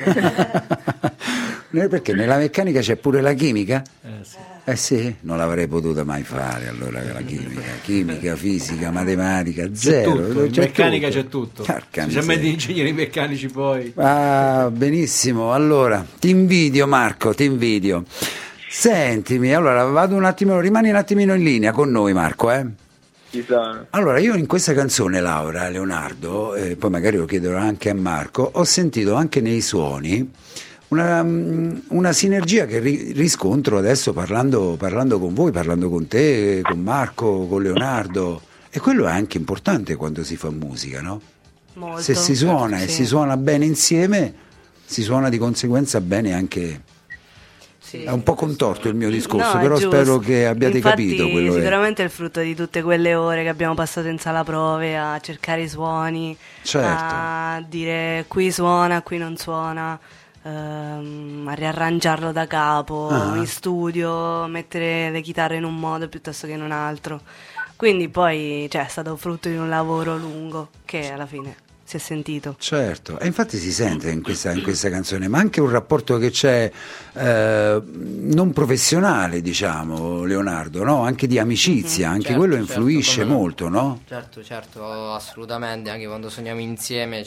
Speaker 3: Perché nella meccanica c'è pure la chimica?
Speaker 2: Sì.
Speaker 3: Eh sì, non l'avrei potuta mai fare allora la chimica, fisica, matematica,
Speaker 2: C'è
Speaker 3: zero.
Speaker 2: tutto, in meccanica c'è tutto.
Speaker 3: Porca
Speaker 2: Specialmente
Speaker 3: miseria.
Speaker 2: gli ingegneri meccanici poi.
Speaker 3: Ah, benissimo, allora ti invidio Marco, ti invidio. Sentimi, allora vado un attimo, rimani un attimino in linea con noi Marco, eh?
Speaker 6: Ci sono.
Speaker 3: Allora, io in questa canzone, Laura, Leonardo, poi magari lo chiederò anche a Marco, ho sentito anche nei suoni una sinergia che riscontro adesso parlando con voi, parlando con te, con Marco, con Leonardo, e quello è anche importante quando si fa musica, no?
Speaker 4: Molto.
Speaker 3: Se si suona e
Speaker 4: Sì.
Speaker 3: si suona bene insieme, si suona di conseguenza bene anche...
Speaker 4: Sì.
Speaker 3: È un po' contorto il mio discorso,
Speaker 4: No, è
Speaker 3: però
Speaker 4: giusto.
Speaker 3: spero che abbiate
Speaker 4: Infatti,
Speaker 3: capito quello che...
Speaker 4: sicuramente è il frutto di tutte quelle ore che abbiamo passato in sala prove a cercare i suoni,
Speaker 3: Certo.
Speaker 4: a dire qui suona, qui non suona, a riarrangiarlo da capo,
Speaker 3: Ah.
Speaker 4: in studio, mettere le chitarre in un modo piuttosto che in un altro. Quindi poi è stato frutto di un lavoro lungo che alla fine si è sentito.
Speaker 3: Certo, e infatti si sente in questa canzone, ma anche un rapporto che c'è non professionale, diciamo, Leonardo, no? Anche di amicizia, anche
Speaker 5: Certo,
Speaker 3: quello
Speaker 5: certo,
Speaker 3: influisce
Speaker 5: come no.
Speaker 3: molto, no?
Speaker 5: Certo, assolutamente, anche quando suoniamo insieme,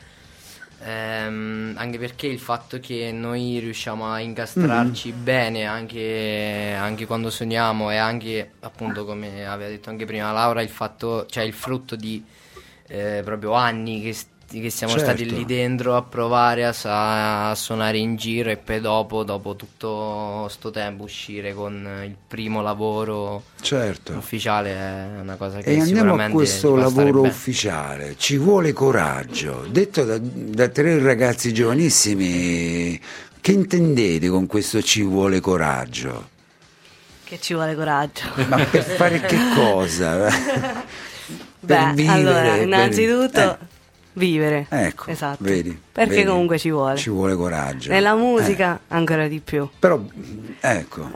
Speaker 5: anche perché il fatto che noi riusciamo a incastrarci bene anche quando suoniamo, e anche appunto come aveva detto anche prima Laura, il fatto, il frutto di proprio anni che siamo
Speaker 3: Certo.
Speaker 5: stati lì dentro a provare a suonare in giro, e poi dopo tutto sto tempo uscire con il primo lavoro
Speaker 3: Certo.
Speaker 5: ufficiale è una cosa che
Speaker 3: E andiamo a
Speaker 5: sicuramente
Speaker 3: questo
Speaker 5: ci fa stare
Speaker 3: lavoro
Speaker 5: bene.
Speaker 3: ufficiale, ci vuole coraggio. Detto da tre ragazzi giovanissimi, che intendete con questo ci vuole coraggio?
Speaker 4: Che ci vuole coraggio.
Speaker 3: Ma per fare che cosa? Per vivere,
Speaker 4: allora,
Speaker 3: per-
Speaker 4: innanzitutto vivere.
Speaker 3: Ecco,
Speaker 4: esatto.
Speaker 3: vedi,
Speaker 4: Perché
Speaker 3: vedi,
Speaker 4: comunque ci vuole.
Speaker 3: Ci vuole coraggio.
Speaker 4: Nella musica ancora di più.
Speaker 3: Però, ecco.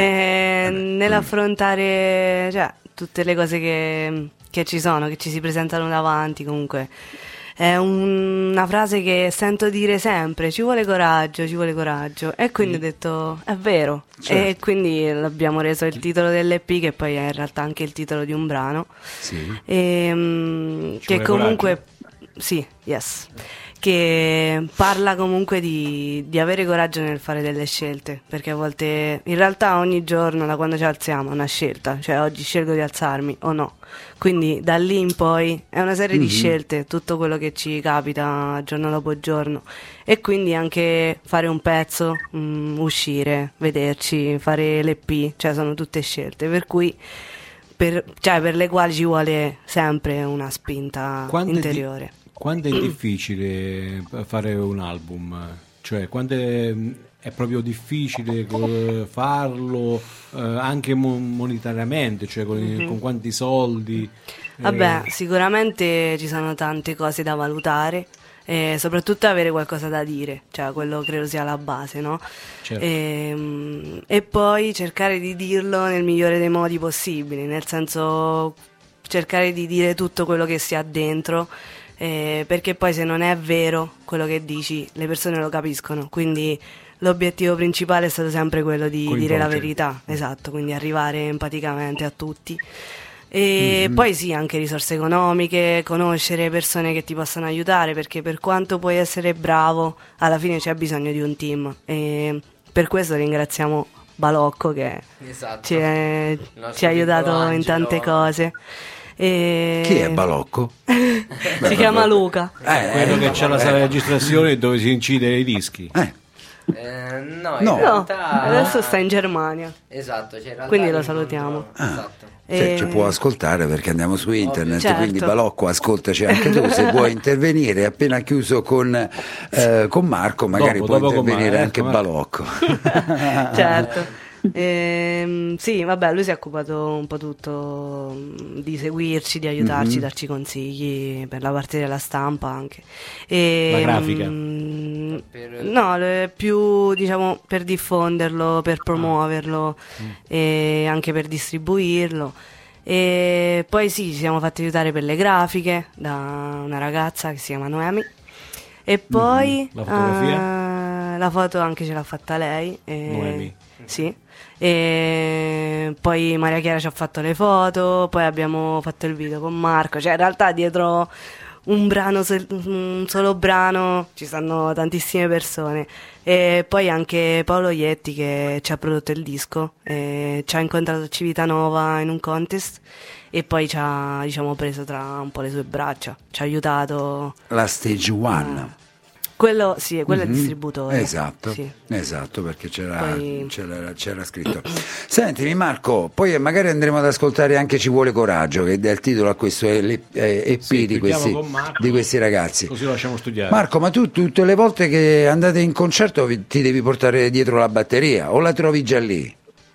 Speaker 4: Nell'affrontare tutte le cose che ci sono, che ci si presentano davanti, comunque è una frase che sento dire sempre: ci vuole coraggio, e quindi ho detto è vero,
Speaker 3: Certo.
Speaker 4: e quindi l'abbiamo reso il titolo dell'EP, che poi è in realtà anche il titolo di un brano,
Speaker 3: Sì.
Speaker 4: che
Speaker 2: vuole
Speaker 4: comunque sì, yes, che parla comunque di avere coraggio nel fare delle scelte, perché a volte, in realtà ogni giorno da quando ci alziamo è una scelta, cioè oggi scelgo di alzarmi o no, quindi da lì in poi è una serie di scelte, tutto quello che ci capita giorno dopo giorno, e quindi anche fare un pezzo, uscire, vederci, fare l'EP, sono tutte scelte, per cui per le quali ci vuole sempre una spinta interiore.
Speaker 2: Quando è difficile fare un album? Cioè, quando è proprio difficile farlo anche monetariamente, cioè con quanti soldi?
Speaker 4: Vabbè, sicuramente ci sono tante cose da valutare, e soprattutto avere qualcosa da dire, cioè quello credo sia la base, no?
Speaker 2: Certo.
Speaker 4: E poi cercare di dirlo nel migliore dei modi possibili, nel senso cercare di dire tutto quello che si ha dentro, perché poi se non è vero quello che dici le persone lo capiscono, quindi l'obiettivo principale è stato sempre quello di dire la verità, esatto, quindi arrivare empaticamente a tutti. E poi sì, anche risorse economiche, conoscere persone che ti possano aiutare, perché per quanto puoi essere bravo, alla fine c'è bisogno di un team, e per questo ringraziamo Balocco che
Speaker 5: Esatto.
Speaker 4: ci ha
Speaker 5: Nostro
Speaker 4: aiutato
Speaker 5: piccolo
Speaker 4: in
Speaker 5: angelo.
Speaker 4: tante cose. E...
Speaker 3: Chi è Balocco?
Speaker 4: si chiama Luca.
Speaker 2: Quello che c'è la sala di registrazione dove si incide i dischi.
Speaker 5: No, in
Speaker 3: No.
Speaker 5: realtà
Speaker 4: Adesso sta in Germania.
Speaker 5: Esatto, cioè in realtà
Speaker 4: Quindi lo
Speaker 5: l'incontro-
Speaker 4: salutiamo.
Speaker 5: Esatto.
Speaker 3: Cioè, ci può ascoltare perché andiamo su internet,
Speaker 4: Certo.
Speaker 3: quindi Balocco, ascoltaci anche tu se vuoi intervenire. Appena chiuso con Marco, magari
Speaker 2: Dopo
Speaker 3: può
Speaker 2: con
Speaker 3: intervenire
Speaker 2: Marco,
Speaker 3: anche
Speaker 2: ecco,
Speaker 3: Balocco.
Speaker 4: Certo. Sì, vabbè, lui si è occupato un po' tutto di seguirci, di aiutarci, darci consigli per la parte della stampa anche.
Speaker 2: La grafica?
Speaker 4: No, più diciamo per diffonderlo, per promuoverlo e anche per distribuirlo. E poi sì, ci siamo fatti aiutare per le grafiche da una ragazza che si chiama Noemi. E poi
Speaker 2: La fotografia?
Speaker 4: la foto anche ce l'ha fatta lei.
Speaker 2: Noemi.
Speaker 4: Sì. E poi Maria Chiara ci ha fatto le foto, poi abbiamo fatto il video con Marco, cioè in realtà dietro un solo brano ci stanno tantissime persone. E poi anche Paolo Ietti che ci ha prodotto il disco, ci ha incontrato Civitanova in un contest e poi ci ha, diciamo, preso tra un po' le sue braccia, ci ha aiutato.
Speaker 3: La Stage One.
Speaker 4: Quello sì, quello è il distributore.
Speaker 3: Esatto,
Speaker 4: Sì.
Speaker 3: esatto, perché
Speaker 4: Poi-
Speaker 3: c'era scritto. Sentimi Marco, poi magari andremo ad ascoltare anche Ci vuole coraggio, che dà il titolo a questo EP
Speaker 2: Sì,
Speaker 3: di
Speaker 2: chiudiamo con Marco,
Speaker 3: di questi ragazzi.
Speaker 2: Così lo lasciamo studiare.
Speaker 3: Marco, ma tu tutte le volte che andate in concerto ti devi portare dietro la batteria o la trovi già lì?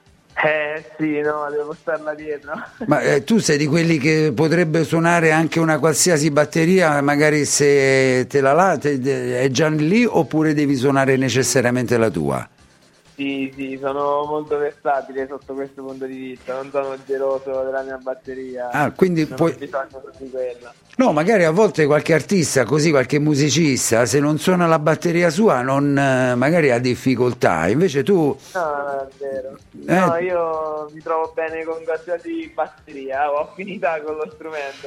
Speaker 6: Sì, no, devo portarla dietro.
Speaker 3: Ma tu sei di quelli che potrebbe suonare anche una qualsiasi batteria, magari se te è già lì, oppure devi suonare necessariamente la tua?
Speaker 6: Sì, sono molto versatile sotto questo punto di vista, non sono geloso della mia batteria.
Speaker 3: Ah, quindi
Speaker 6: non
Speaker 3: puoi...
Speaker 6: ho bisogno solo di quella.
Speaker 3: No, magari a volte qualche artista, così qualche musicista, se non suona la batteria sua, magari ha difficoltà. Invece tu...
Speaker 6: No, è vero. No, io mi trovo bene con qualsiasi batteria, ho affinità con lo strumento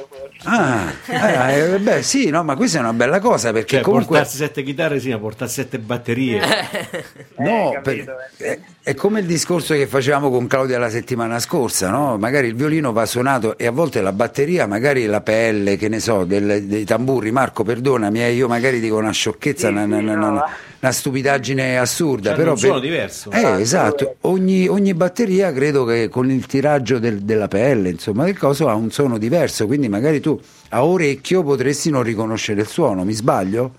Speaker 6: forse.
Speaker 3: Beh sì, no, ma questa è una bella cosa perché
Speaker 2: Cioè,
Speaker 3: comunque...
Speaker 2: portarsi 7 chitarre, sì, ma portarsi 7 batterie.
Speaker 3: No,
Speaker 6: capito,
Speaker 3: è come il discorso che facevamo con Claudia la settimana scorsa, no? Magari il violino va suonato e a volte la batteria, magari la pelle, che ne so, dei tamburi. Marco, perdonami, io magari dico una sciocchezza,
Speaker 6: Sì,
Speaker 3: una stupidaggine assurda,
Speaker 2: Cioè,
Speaker 3: però
Speaker 2: un suono diverso.
Speaker 3: esatto, ogni batteria credo che con il tiraggio della pelle, insomma, del coso ha un suono diverso, quindi magari tu a orecchio potresti non riconoscere il suono, mi sbaglio?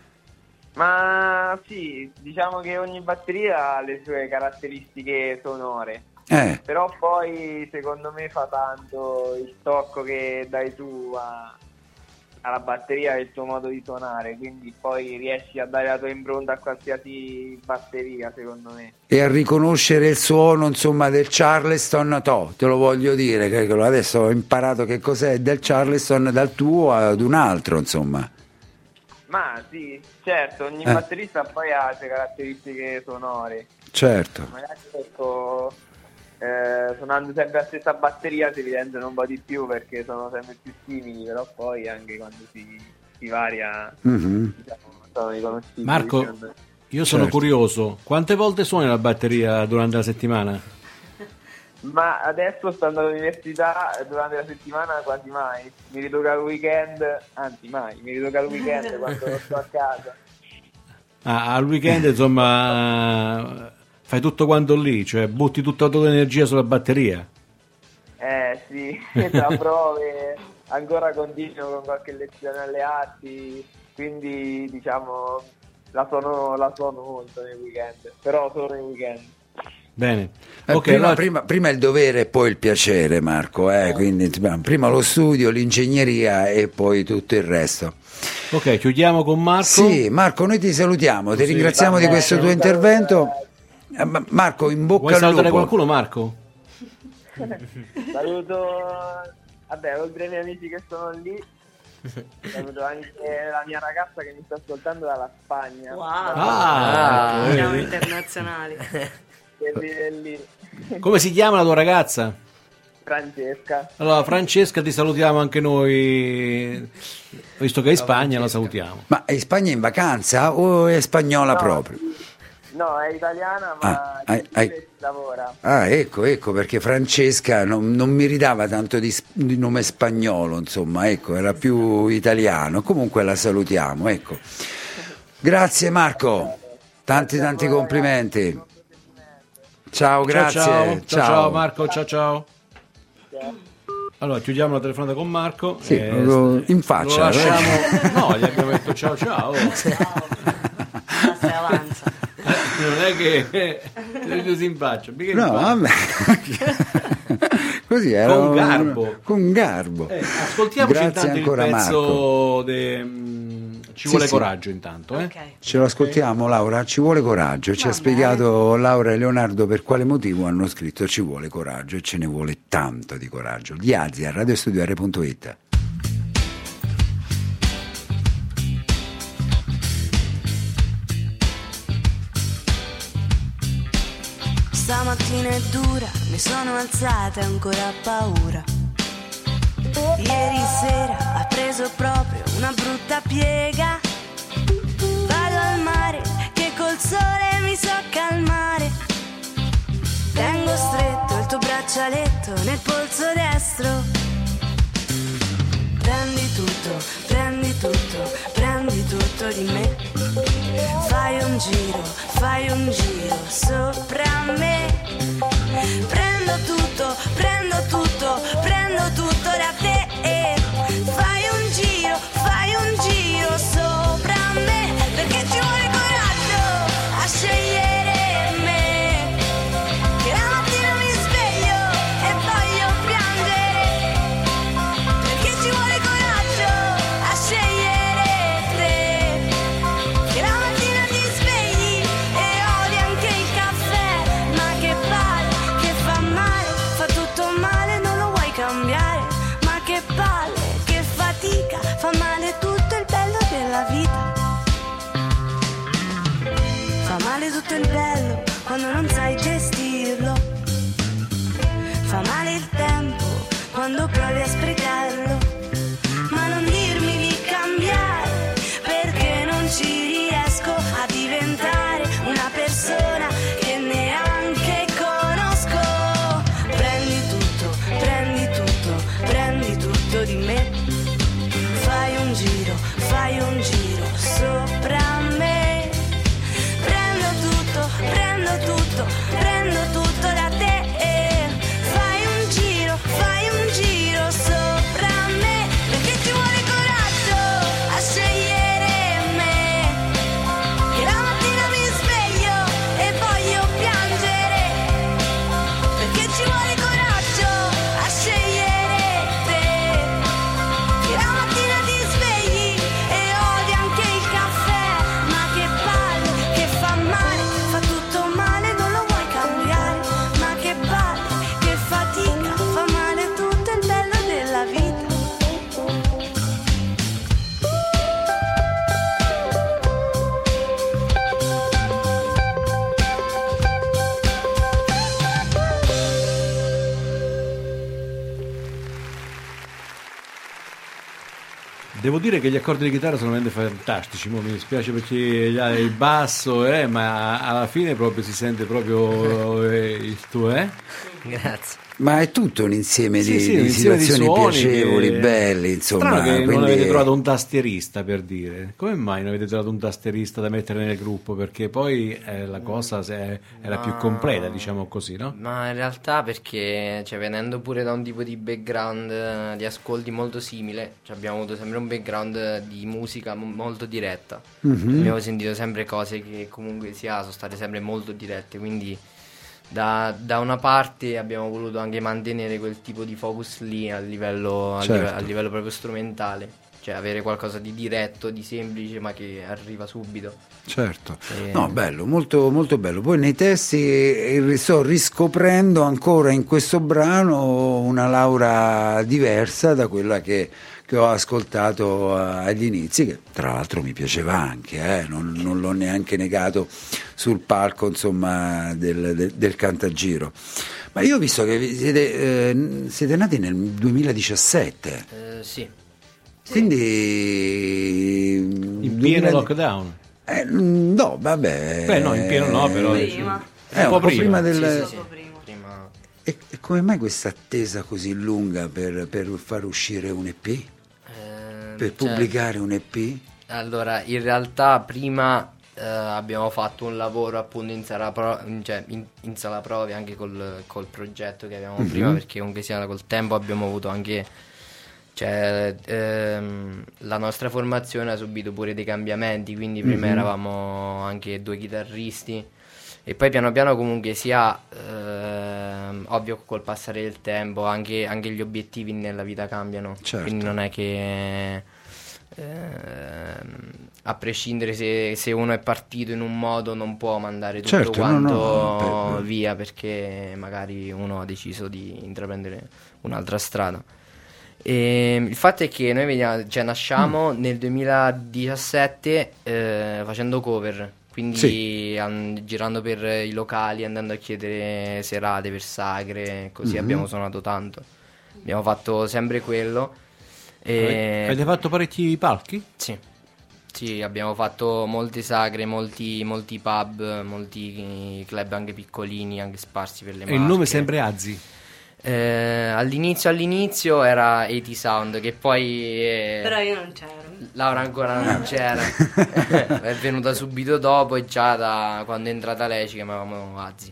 Speaker 6: Ma sì, diciamo che ogni batteria ha le sue caratteristiche sonore. Però poi secondo me fa tanto il tocco che dai tu alla batteria e il tuo modo di suonare, quindi poi riesci a dare la tua impronta a qualsiasi batteria, secondo me.
Speaker 3: E a riconoscere il suono, insomma, del Charleston, te lo voglio dire, che adesso ho imparato che cos'è del Charleston dal tuo ad un altro, insomma.
Speaker 6: Ma sì, certo, ogni batterista poi ha le sue caratteristiche sonore.
Speaker 3: Certo.
Speaker 6: Magari ecco, suonando sempre la stessa batteria si evidenziano un po' di più perché sono sempre più simili, però poi anche quando si varia diciamo, sono riconoscibili.
Speaker 2: Marco, io sono curioso, quante volte suoni la batteria durante la settimana?
Speaker 6: Ma adesso stando all'università durante la settimana quasi mai, mi ritocca il weekend, anzi mai, mi ritocca il weekend quando sto a casa.
Speaker 2: Al weekend insomma fai tutto quanto lì, cioè butti tutta la tua energia sulla batteria.
Speaker 6: Sì, tra prove, ancora continuo con qualche lezione alle arti, quindi diciamo la suono molto nei weekend, però solo nei weekend.
Speaker 2: Bene.
Speaker 3: Prima il dovere e poi il piacere, Marco, quindi prima lo studio, l'ingegneria e poi tutto il resto.
Speaker 2: Ok, chiudiamo con Marco.
Speaker 3: Sì, Marco, noi ti salutiamo, ti ringraziamo di questo tuo intervento. Marco, in bocca
Speaker 2: Vuoi
Speaker 3: al lupo.
Speaker 2: salutare qualcuno, Marco?
Speaker 6: Saluto, oltre ai miei amici che sono lì, saluto anche la mia ragazza che mi sta ascoltando dalla Spagna.
Speaker 4: Wow, siamo internazionali.
Speaker 6: Che vive lì.
Speaker 2: Come si chiama la tua ragazza?
Speaker 6: Francesca.
Speaker 2: Allora, Francesca, ti salutiamo anche noi, visto che è in Spagna, la salutiamo.
Speaker 3: Ma è in Spagna in vacanza o è spagnola proprio?
Speaker 6: No, è italiana, ma lavora.
Speaker 3: Ecco, perché Francesca non mi ridava tanto di nome spagnolo, insomma, ecco, era più italiano. Comunque la salutiamo, ecco. Grazie Marco, tanti complimenti. Ciao, grazie.
Speaker 2: Ciao Marco, ciao. Allora, chiudiamo la telefonata con Marco.
Speaker 3: Sì, in faccia.
Speaker 2: Lo lasciamo... No, gli abbiamo detto ciao.
Speaker 4: Avanza.
Speaker 2: Non è che si in faccia.
Speaker 3: No, vabbè. Così era con garbo.
Speaker 2: Ascoltiamoci
Speaker 3: grazie
Speaker 2: intanto
Speaker 3: ancora,
Speaker 2: il pezzo Ci vuole coraggio intanto,
Speaker 4: Okay.
Speaker 3: Ce lo ascoltiamo, Laura? Ci vuole coraggio. Ci ha spiegato Laura e Leonardo per quale motivo hanno scritto Ci vuole coraggio, e ce ne vuole tanto di coraggio. Gli Azzi a radiostudio.it.
Speaker 7: Stamattina è dura, mi sono alzata e ancora paura. Ieri sera ha preso proprio una brutta piega. Vado al mare che col sole mi so calmare. Tengo stretto il tuo braccialetto nel polso destro. Prendi tutto di me. Fai un giro sopra me. Prendo tutto da te. Fai un giro sopra me. Perché ci vuole coraggio a scegliere me. Che la mattina mi sveglio e voglio piangere. Perché ci vuole coraggio a scegliere te. Che la mattina ti svegli e odi anche il caffè. Ma che palle, che fa male, fa tutto male, non lo vuoi cambiare. Ma che palle, che fatica, fa male tutto il bello della vita. Fa male tutto il bello quando non sai gestirlo. Fa male il tempo quando provi a sprecarlo. Ma non dirmi di cambiare, perché non ci riesco a diventare una persona che neanche conosco. Prendi tutto di me. Fai un giro sopra me. Prendo tutto da te. Fai un giro sopra me. Perché ci vuole coraggio a scegliere me. Che la mattina mi sveglio e voglio piangere. Perché ci vuole coraggio a scegliere te. Che la mattina ti svegli e odi anche il caffè. Ma che palle, che fa male, fa tutto male, non lo vuoi cambiare. Ma che palle, che fatica, fa male tutto il bello della vita.
Speaker 2: Devo dire che gli accordi di chitarra sono veramente fantastici. Mi dispiace perché il basso, ma alla fine proprio si sente proprio il tuo,
Speaker 5: Grazie.
Speaker 3: Ma è tutto un insieme di
Speaker 2: un insieme di
Speaker 3: situazioni
Speaker 2: suoni
Speaker 3: piacevoli,
Speaker 2: che-
Speaker 3: belli, insomma.
Speaker 2: Strano che non
Speaker 3: quindi-
Speaker 2: avete trovato un tastierista, per dire. Come mai non avete trovato un tastierista da mettere nel gruppo? Perché poi la cosa era più completa, diciamo così, no?
Speaker 5: Ma in realtà perché, venendo pure da un tipo di background di ascolti molto simile, abbiamo avuto sempre un background di musica molto diretta. Abbiamo sentito sempre cose che comunque sono state sempre molto dirette, quindi da una parte abbiamo voluto anche mantenere quel tipo di focus lì a livello proprio strumentale, cioè avere qualcosa di diretto, di semplice, ma che arriva subito.
Speaker 3: Certo, no, bello, molto, molto bello. Poi nei testi sto riscoprendo ancora in questo brano una Laura diversa da quella che ho ascoltato agli inizi, che tra l'altro mi piaceva anche, non l'ho neanche negato sul palco, insomma, del Cantagiro. Ma io ho visto che siete nati nel 2017.
Speaker 5: Sì.
Speaker 3: Quindi
Speaker 2: In pieno lockdown.
Speaker 3: No, vabbè.
Speaker 2: Beh, no, in pieno no, però
Speaker 4: Prima.
Speaker 3: Un po' prima del...
Speaker 5: Sì.
Speaker 4: Prima.
Speaker 3: E come mai questa attesa così lunga per far uscire un EP? Per pubblicare un EP?
Speaker 5: Allora, in realtà prima abbiamo fatto un lavoro appunto in sala prove anche col progetto che avevamo prima, perché comunque sia col tempo abbiamo avuto anche, cioè, la nostra formazione ha subito pure dei cambiamenti, quindi prima eravamo anche 2 chitarristi e poi piano piano comunque sia ovvio col passare del tempo anche gli obiettivi nella vita cambiano,
Speaker 3: certo.
Speaker 5: Quindi non è che a prescindere se uno è partito in un modo non può mandare tutto
Speaker 3: certo,
Speaker 5: quanto via, perché magari uno ha deciso di intraprendere un'altra strada. E il fatto è che noi nasciamo nel 2017 facendo cover, quindi girando per i locali, andando a chiedere serate per sagre, così abbiamo suonato tanto. Abbiamo fatto sempre quello.
Speaker 2: Avete fatto parecchi palchi?
Speaker 5: Sì, abbiamo fatto molte sagre, molti pub, molti club anche piccolini, anche sparsi per le Marche.
Speaker 2: E il nome sempre Azzi?
Speaker 5: All'inizio era 80 Sound, che poi
Speaker 4: Però io non c'ero.
Speaker 5: Laura ancora non c'era. È venuta subito dopo e già quando è entrata lei ci chiamavamo Azzi.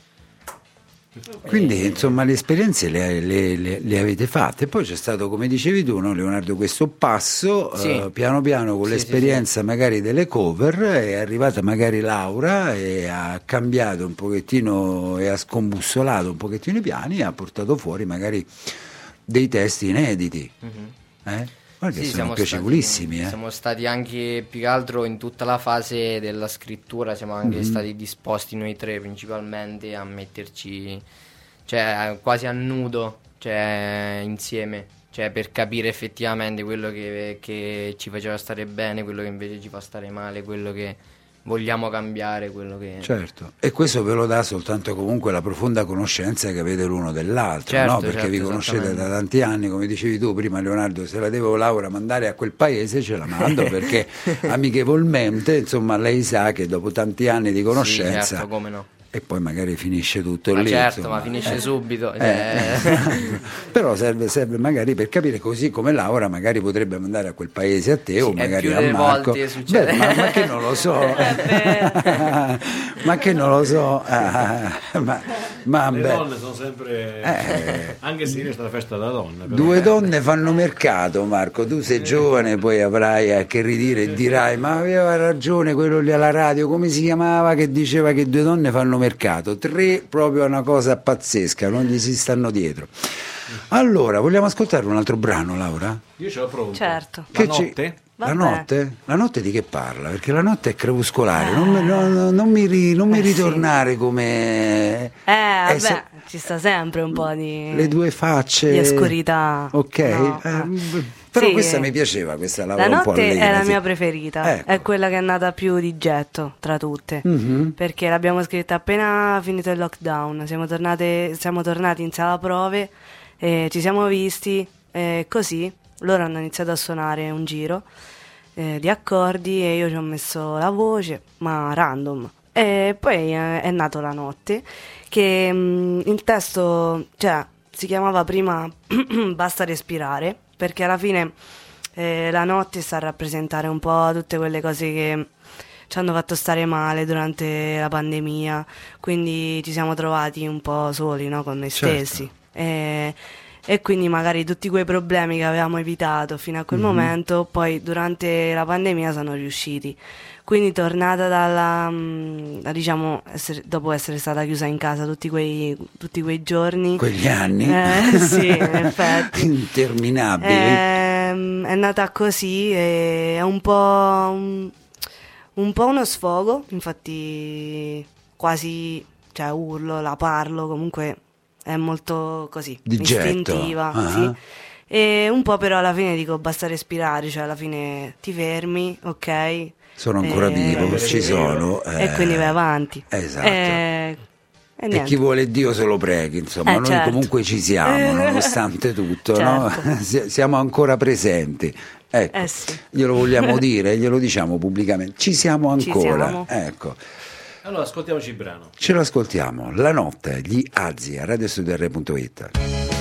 Speaker 3: Quindi insomma le esperienze le avete fatte, poi c'è stato, come dicevi tu, no, Leonardo, questo passo piano piano con l'esperienza magari delle cover è arrivata magari Laura e ha cambiato un pochettino e ha scombussolato un pochettino i piani e ha portato fuori magari dei testi inediti. Guarda che sono piacevolissimi.
Speaker 5: Siamo stati anche più che altro in tutta la fase della scrittura, siamo anche stati disposti noi tre principalmente a metterci, cioè quasi a nudo, cioè insieme, cioè per capire effettivamente quello che ci faceva stare bene, quello che invece ci fa stare male, quello che vogliamo cambiare, quello che...
Speaker 3: Certo, e questo ve lo dà soltanto comunque la profonda conoscenza che avete l'uno dell'altro,
Speaker 5: certo,
Speaker 3: no? Perché vi conoscete da tanti anni, come dicevi tu prima, Leonardo, se la devo Laura mandare a quel paese ce la mando perché amichevolmente, insomma, lei sa che dopo tanti anni di conoscenza...
Speaker 5: Sì, certo, come no.
Speaker 3: E poi magari finisce tutto lì.
Speaker 5: Certo,
Speaker 3: insomma.
Speaker 5: ma finisce subito.
Speaker 3: Però serve magari per capire, così come Laura magari potrebbe mandare a quel paese a te o magari a Marco.
Speaker 5: Volte succede.
Speaker 3: Beh, ma che non lo so. Ma che non lo so.
Speaker 2: Le donne sono sempre anche se resta la festa della donna. Però.
Speaker 3: Due donne fanno mercato, Marco. Tu sei giovane, poi avrai a che ridire e dirai: ma aveva ragione quello lì alla radio, come si chiamava, che diceva che due donne fanno mercato? 3, proprio una cosa pazzesca, non gli si stanno dietro. Allora, vogliamo ascoltare un altro brano, Laura?
Speaker 2: Io ce l'ho pronto.
Speaker 4: Certo.
Speaker 2: La notte?
Speaker 3: La notte? La notte di che parla? Perché la notte è crepuscolare, non mi ritornare come...
Speaker 4: vabbè, ci sta sempre un po' di...
Speaker 3: Le due facce...
Speaker 4: di oscurità.
Speaker 3: Ok,
Speaker 4: No.
Speaker 3: però
Speaker 4: Sì.
Speaker 3: questa mi piaceva, questa
Speaker 4: La
Speaker 3: un po'
Speaker 4: notte
Speaker 3: allegra,
Speaker 4: è la
Speaker 3: sì.
Speaker 4: mia preferita,
Speaker 3: Ecco.
Speaker 4: è quella che è andata più di getto tra tutte, perché l'abbiamo scritta appena finito il lockdown, siamo tornati in sala prove, ci siamo visti, così loro hanno iniziato a suonare un giro di accordi e io ci ho messo la voce, ma random, e poi è nato La notte, che il testo, cioè, si chiamava prima Basta respirare, perché alla fine la notte sta a rappresentare un po' tutte quelle cose che ci hanno fatto stare male durante la pandemia, quindi ci siamo trovati un po' soli, no, con noi
Speaker 3: Certo.
Speaker 4: stessi. e quindi magari tutti quei problemi che avevamo evitato fino a quel momento, poi durante la pandemia sono riusciti. Quindi tornata diciamo, dopo essere stata chiusa in casa tutti quei giorni.
Speaker 3: Quegli anni?
Speaker 4: Sì, in effetti.
Speaker 3: Interminabili.
Speaker 4: È nata così, è un po' uno sfogo, infatti quasi, cioè urlo, la parlo, comunque è molto così,
Speaker 3: Di getto.
Speaker 4: istintiva,
Speaker 3: Ah.
Speaker 4: sì. E un po' però alla fine dico basta respirare, cioè alla fine ti fermi, ok?
Speaker 3: Sono ancora vivo, ci sono.
Speaker 4: E quindi vai avanti.
Speaker 3: Esatto.
Speaker 4: E
Speaker 3: E
Speaker 4: niente.
Speaker 3: chi vuole Dio se lo preghi, insomma, noi
Speaker 4: certo.
Speaker 3: comunque ci siamo, nonostante tutto, no? Siamo ancora presenti. Ecco,
Speaker 4: Sì.
Speaker 3: glielo vogliamo dire, glielo diciamo pubblicamente, ci siamo
Speaker 4: Ci
Speaker 3: ancora.
Speaker 4: siamo.
Speaker 3: Ecco,
Speaker 2: Allora, ascoltiamoci il brano.
Speaker 3: ce lo ascoltiamo, La notte, gli Azzi, a radiostudio.it.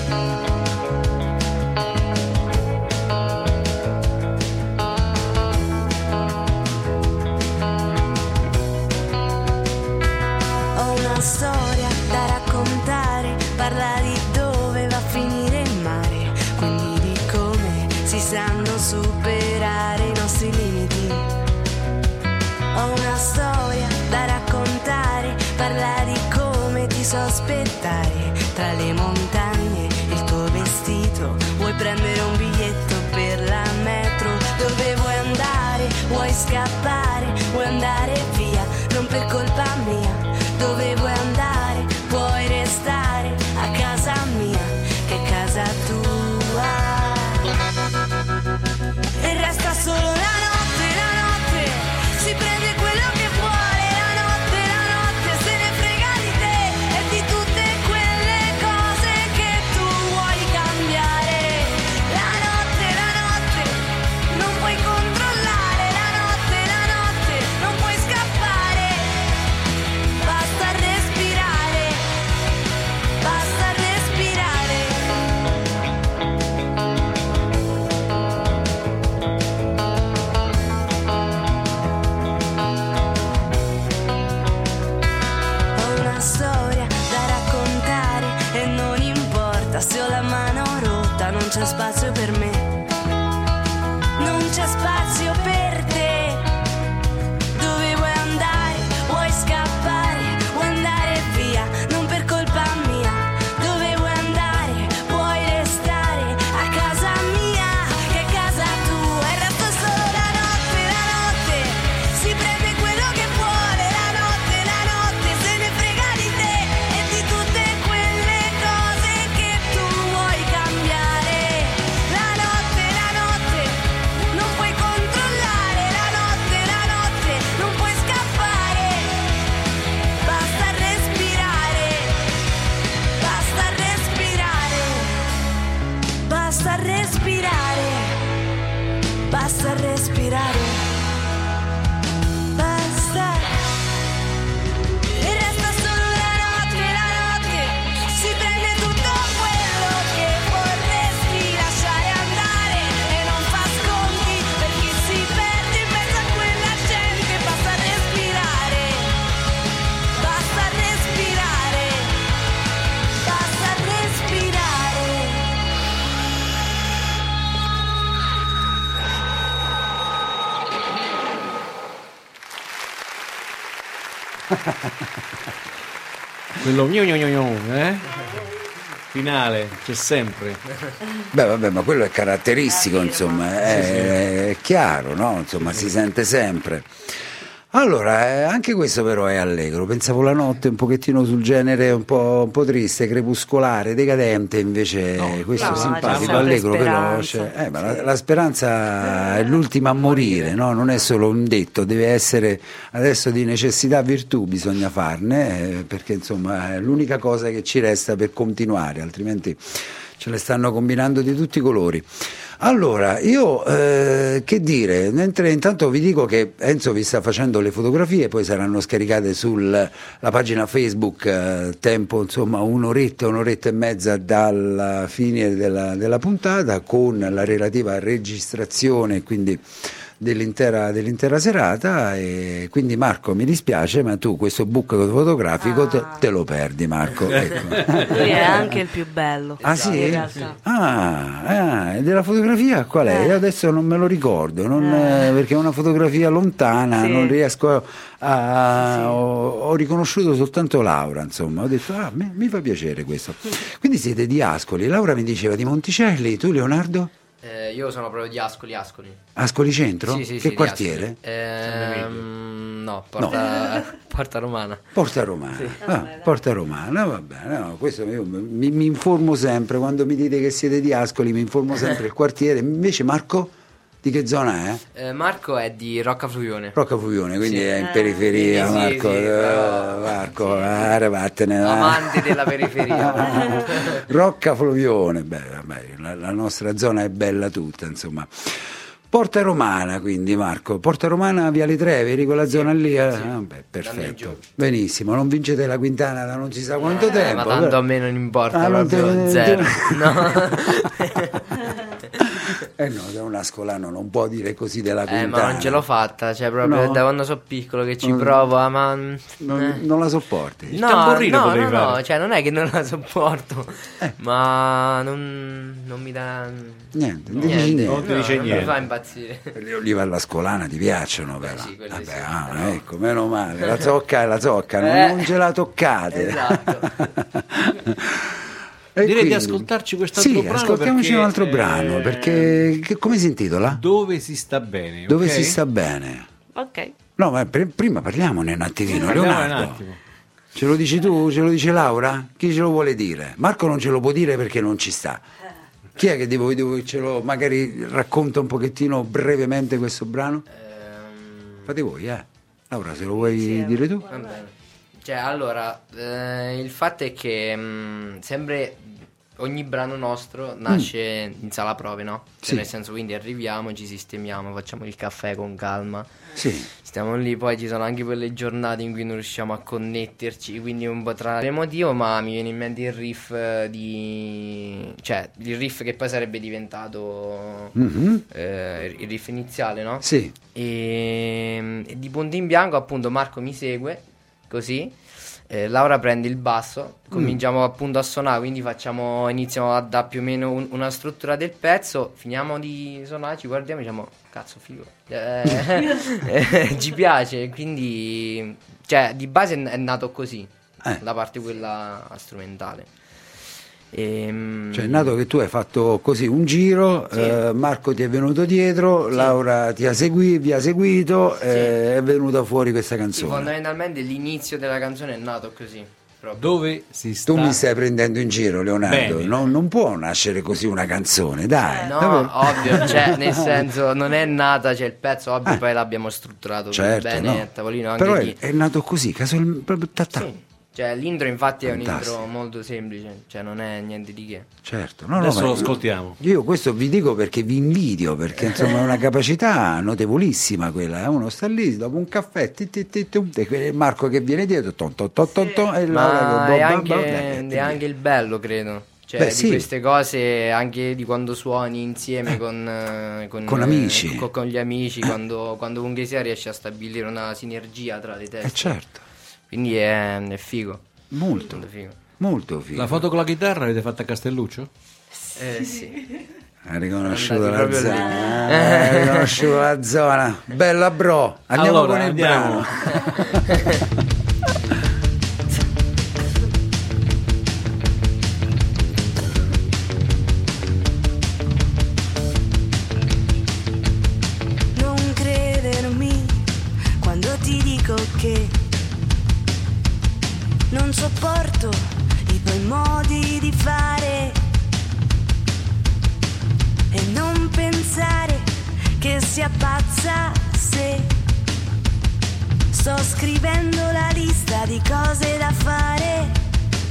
Speaker 7: Ho una storia da raccontare, parla di dove va a finire il mare, quindi di come si sanno superare i nostri limiti. Ho una storia da raccontare, parla di come ti so aspettare tra le montagne, il tuo vestito, vuoi prendere un biglietto per la metro, dove vuoi andare, vuoi scappare, vuoi andare via, non per colpa mia. Dove vuoi andare? Puoi restare a casa mia, che è casa tua. E resta solo la notte, si prende quello che vuole, la notte, se ne frega di te e di tutte quelle cose che tu vuoi cambiare. La notte, non puoi controllare, la notte, non puoi scappare. Basta respirare, basta respirare. Ho una storia da raccontare e non importa se ho la mano rotta, non c'è spazio per me, non c'è spazio per te. Dove vuoi andare? Vuoi scappare? Vuoi andare via? Non per colpa mia. Dove vuoi andare? Puoi restare a casa mia, che è casa tua. E resta solo la notte, si prende quello che vuole. La notte, se ne frega di te e di tutte quelle cose che tu vuoi cambiare. La notte, non puoi controllare. La notte, non puoi scappare. Basta respirare, basta respirare, basta respirare, basta respirare, basta. E resta solo la notte, si prende tutto quello che vorresti lasciare andare e non fa sconti per chi si perde in mezzo a quella gente. Basta respirare, basta respirare, basta respirare.
Speaker 2: Quello gnu gnu gnu gnu, finale, c'è sempre.
Speaker 3: Beh, vabbè, ma quello è caratteristico, insomma, è chiaro, no? Insomma, si sente sempre. Allora, anche questo però è allegro. Pensavo La notte un pochettino sul genere un po' triste, crepuscolare, decadente, invece questo
Speaker 4: no,
Speaker 3: è simpatico,
Speaker 4: c'è sempre
Speaker 3: allegro,
Speaker 4: speranza.
Speaker 3: veloce. Ma la speranza è l'ultima a morire, no? Non è solo un detto, deve essere adesso di necessità virtù, bisogna farne, perché insomma è l'unica cosa che ci resta per continuare, altrimenti ce le stanno combinando di tutti i colori. Allora, io che dire, mentre intanto vi dico che Enzo vi sta facendo le fotografie, poi saranno scaricate sulla pagina Facebook, tempo insomma un'oretta e mezza dalla fine della puntata, con la relativa registrazione, quindi dell'intera serata, e quindi Marco mi dispiace, ma tu questo book fotografico te lo perdi, Marco. Ecco.
Speaker 4: Lui è anche il più bello.
Speaker 3: Ah sì?
Speaker 4: In realtà.
Speaker 3: E della fotografia qual è? Io adesso non me lo ricordo, perché è una fotografia lontana,
Speaker 4: Sì.
Speaker 3: non riesco ho riconosciuto soltanto Laura, insomma, ho detto mi fa piacere questo. Quindi siete di Ascoli, Laura mi diceva di Monticelli, tu Leonardo?
Speaker 5: Io sono proprio di Ascoli.
Speaker 3: Ascoli Centro?
Speaker 5: Sì,
Speaker 3: Che
Speaker 5: di
Speaker 3: quartiere?
Speaker 5: Ascoli. No, Porta Romana.
Speaker 3: Porta Romana. Porta Romana, va bene. No, questo io mi informo sempre, quando mi dite che siete di Ascoli, mi informo sempre il quartiere. Invece Marco, di che zona è?
Speaker 5: Marco è di Roccafluvione.
Speaker 3: Roccafluvione, quindi
Speaker 5: Sì.
Speaker 3: è in periferia,
Speaker 5: Sì,
Speaker 3: Marco.
Speaker 5: sì, però-
Speaker 3: Marco, vattene.
Speaker 5: Amanti della periferia.
Speaker 3: Roccafluvione, vabbè, la nostra zona è bella tutta, insomma. Porta Romana, quindi Marco, Porta Romana, Viale Treveri, quella zona lì, perfetto, benissimo, non vincete la Quintana da non si sa quanto tempo,
Speaker 5: ma tanto a me non importa,
Speaker 3: non
Speaker 5: proprio zero. No.
Speaker 3: No, da un ascolano non può dire così della Quintana.
Speaker 5: Ma non ce l'ho fatta, cioè proprio
Speaker 3: No.
Speaker 5: da quando sono piccolo che ci provo, ma
Speaker 3: non la sopporti.
Speaker 2: Il tamburrino potevi
Speaker 5: no,
Speaker 2: fare.
Speaker 5: cioè non è che non la sopporto, ma non mi dà
Speaker 3: Niente, non ti dici niente.
Speaker 2: Non ti dice
Speaker 5: non
Speaker 2: niente.
Speaker 5: mi fa impazzire.
Speaker 3: Le olive all'ascolana ti piacciono, però?
Speaker 5: sì, quelle
Speaker 3: Vabbè,
Speaker 5: sì,
Speaker 3: ecco, meno male, la zocca è la zocca, non ce la toccate.
Speaker 5: Esatto.
Speaker 3: E
Speaker 2: Direi di
Speaker 3: quindi-
Speaker 2: ascoltarci quest'altro
Speaker 3: sì,
Speaker 2: brano,
Speaker 3: ascoltiamoci
Speaker 2: perché,
Speaker 3: un altro brano, perché come si intitola?
Speaker 2: Dove si sta bene?
Speaker 3: Dove
Speaker 2: ok?
Speaker 3: si sta bene?
Speaker 4: Ok.
Speaker 3: No, ma prima parliamone un attimino,
Speaker 2: Parliamo
Speaker 3: Leonardo.
Speaker 2: un attimo.
Speaker 3: Ce lo dici tu? Ce lo dice Laura? Chi ce lo vuole dire? Marco non ce lo può dire perché non ci sta. Chi è che di voi ce lo magari racconta un pochettino brevemente questo brano? Fate voi, Laura, se lo vuoi dire tu?
Speaker 5: Va bene. Cioè, allora, il fatto è che sempre ogni brano nostro nasce in sala prove, no? Cioè,
Speaker 3: Sì.
Speaker 5: nel senso, quindi arriviamo, ci sistemiamo, facciamo il caffè con calma.
Speaker 3: Sì.
Speaker 5: Stiamo lì, poi ci sono anche quelle giornate in cui non riusciamo a connetterci, quindi un po' tra l'emotivo, ma mi viene in mente il riff cioè, il riff che poi sarebbe diventato
Speaker 3: Mhm.
Speaker 5: il riff iniziale, no?
Speaker 3: Sì.
Speaker 5: E di punto in bianco, appunto, Marco mi segue, così. Laura prende il basso, cominciamo appunto a suonare, quindi iniziamo a dare più o meno una struttura del pezzo, finiamo di suonare, ci guardiamo e diciamo, cazzo figo, ci piace, quindi cioè di base è nato così, la parte quella strumentale.
Speaker 3: Cioè è nato che tu hai fatto così un giro,
Speaker 5: Sì.
Speaker 3: Marco ti è venuto dietro,
Speaker 5: Sì.
Speaker 3: Laura vi ha seguito,
Speaker 5: Sì.
Speaker 3: è venuta fuori questa
Speaker 5: Sì,
Speaker 3: canzone.
Speaker 5: fondamentalmente l'inizio della canzone è nato così, proprio.
Speaker 2: Dove si sta
Speaker 3: Tu mi stai prendendo in giro, Leonardo,
Speaker 2: Bene.
Speaker 3: non può nascere così una canzone, dai.
Speaker 5: No,
Speaker 3: Davvero?
Speaker 5: ovvio, cioè nel senso non è nata, cioè il pezzo ovvio poi l'abbiamo strutturato
Speaker 3: Certo,
Speaker 5: bene,
Speaker 3: no.
Speaker 5: a tavolino anche
Speaker 3: Però
Speaker 5: lì.
Speaker 3: è nato così, proprio ta-ta.
Speaker 5: Sì. Cioè l'intro infatti è un
Speaker 3: Fantastico.
Speaker 5: intro molto semplice, cioè non è niente di che.
Speaker 3: Certo, no,
Speaker 2: Adesso
Speaker 3: ma
Speaker 2: lo ascoltiamo.
Speaker 3: Io questo vi dico perché vi invidio, perché insomma è una capacità notevolissima quella, uno sta lì dopo un caffè, e Marco che viene dietro, e
Speaker 5: Ma
Speaker 3: Laura
Speaker 5: è
Speaker 3: che
Speaker 5: anche il bello, credo. Cioè
Speaker 3: Beh,
Speaker 5: di
Speaker 3: sì.
Speaker 5: queste cose, anche di quando suoni insieme con
Speaker 3: amici.
Speaker 5: con gli amici, quando comunque sia riesci a stabilire una sinergia tra le teste.
Speaker 3: certo,
Speaker 5: Quindi è figo.
Speaker 3: molto,
Speaker 5: Molto figo.
Speaker 3: molto figo.
Speaker 2: La foto con la chitarra l'avete fatta a Castelluccio?
Speaker 5: Sì.
Speaker 3: Ha riconosciuto
Speaker 5: Andati
Speaker 3: la
Speaker 5: proprio
Speaker 3: zona, ha riconosciuto la zona, bella bro, andiamo
Speaker 2: Allora,
Speaker 3: con il
Speaker 2: andiamo.
Speaker 3: brano.
Speaker 7: Non credermi quando ti dico che non sopporto i tuoi modi di fare e non pensare che sia pazza se sto scrivendo la lista di cose da fare.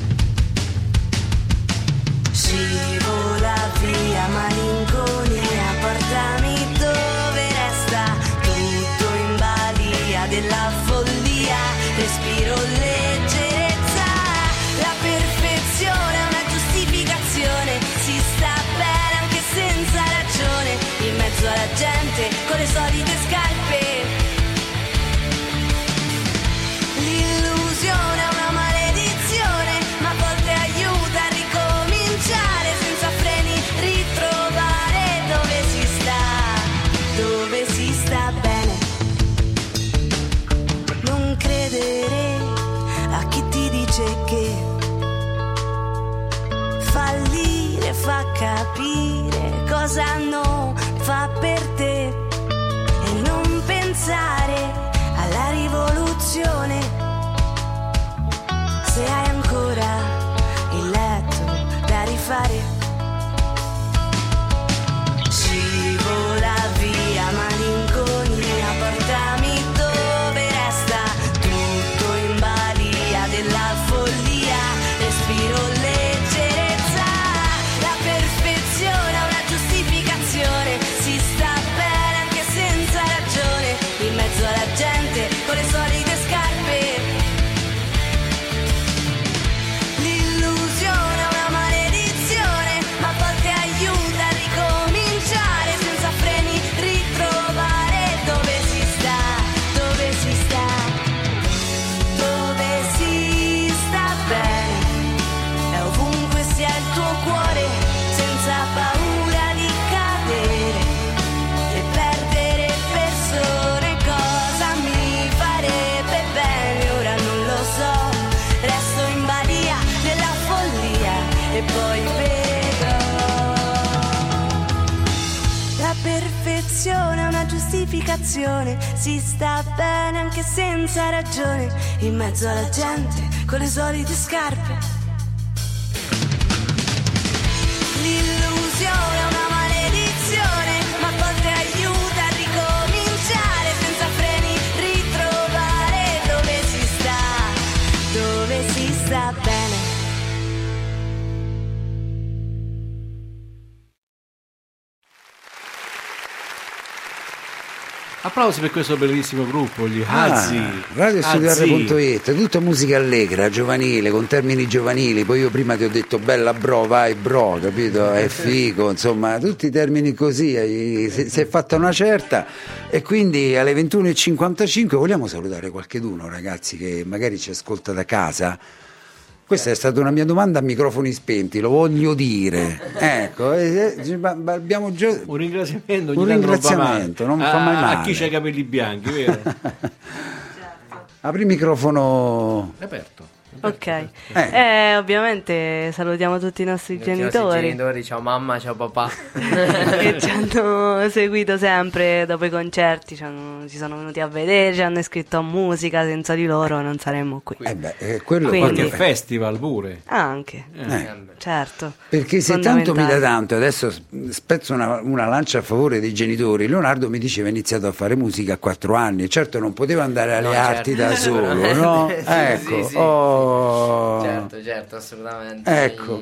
Speaker 7: Scivola via malinconia, portami dove resta tutto in balia della follia, respiro leggerezza, la perfezione è una giustificazione, si sta bene anche senza ragione, in mezzo alla gente con le solite cosa non fa per te e non pensare alla rivoluzione. Se hai ancora il letto da rifare, scivola via malinconia, portami dove resta tutto in balia della follia, respiro leggerezza, la perfezione è una giustificazione, si sta bene anche senza ragione, in mezzo alla gente con le solite scarpe. L'illusione è una maledizione, ma a volte aiuta a ricominciare senza freni, ritrovare dove si sta, dove si sta, dove si sta bene, è ovunque sia il tuo cuore, senza paura di cadere e perdere persone. Cosa mi farebbe bene, ora non lo so, resto in balia della follia e poi vedo. La perfezione è una giustificazione, si sta bene anche senza ragione, in mezzo alla gente con le solite scarpe. L'illusione è una maledizione, ma a volte aiuta a ricominciare senza freni, ritrovare dove si sta bene.
Speaker 2: Applausi per questo bellissimo gruppo, gli Azzi.
Speaker 3: Radiostudio.it, tutta musica allegra, giovanile, con termini giovanili. Poi io prima ti ho detto bella bro, vai bro, capito? È figo, insomma, tutti i termini così. Si è fatta una certa, e quindi alle 21:55 vogliamo salutare qualcheduno, ragazzi, che magari ci ascolta da casa. Questa è stata una mia domanda a microfoni spenti, lo voglio dire. Ecco, abbiamo già
Speaker 2: Un ringraziamento,
Speaker 3: un ringraziamento, non fa mai male.
Speaker 2: A chi c'ha i capelli bianchi, vero?
Speaker 3: Apri il microfono.
Speaker 2: Aperto.
Speaker 4: Ok, ovviamente salutiamo tutti i nostri
Speaker 5: Tutti i nostri
Speaker 4: genitori
Speaker 5: genitori, ciao mamma, ciao papà.
Speaker 4: che ci hanno seguito sempre dopo i concerti, ci sono venuti a vedere, ci hanno iscritto a musica, senza di loro non saremmo qui.
Speaker 3: Quello
Speaker 4: Quindi-
Speaker 2: Qualche festival pure.
Speaker 4: Anche, certo.
Speaker 3: Perché se tanto mi dà
Speaker 4: Fondamentale.
Speaker 3: tanto, adesso spezzo una lancia a favore dei genitori. Leonardo mi diceva ha iniziato a fare musica a 4 anni, certo non poteva andare alle
Speaker 5: No,
Speaker 3: arti
Speaker 5: certo.
Speaker 3: da solo, no?
Speaker 5: Sì,
Speaker 3: Ecco,
Speaker 5: sì, sì.
Speaker 3: oh.
Speaker 5: Certo, assolutamente.
Speaker 3: Ecco,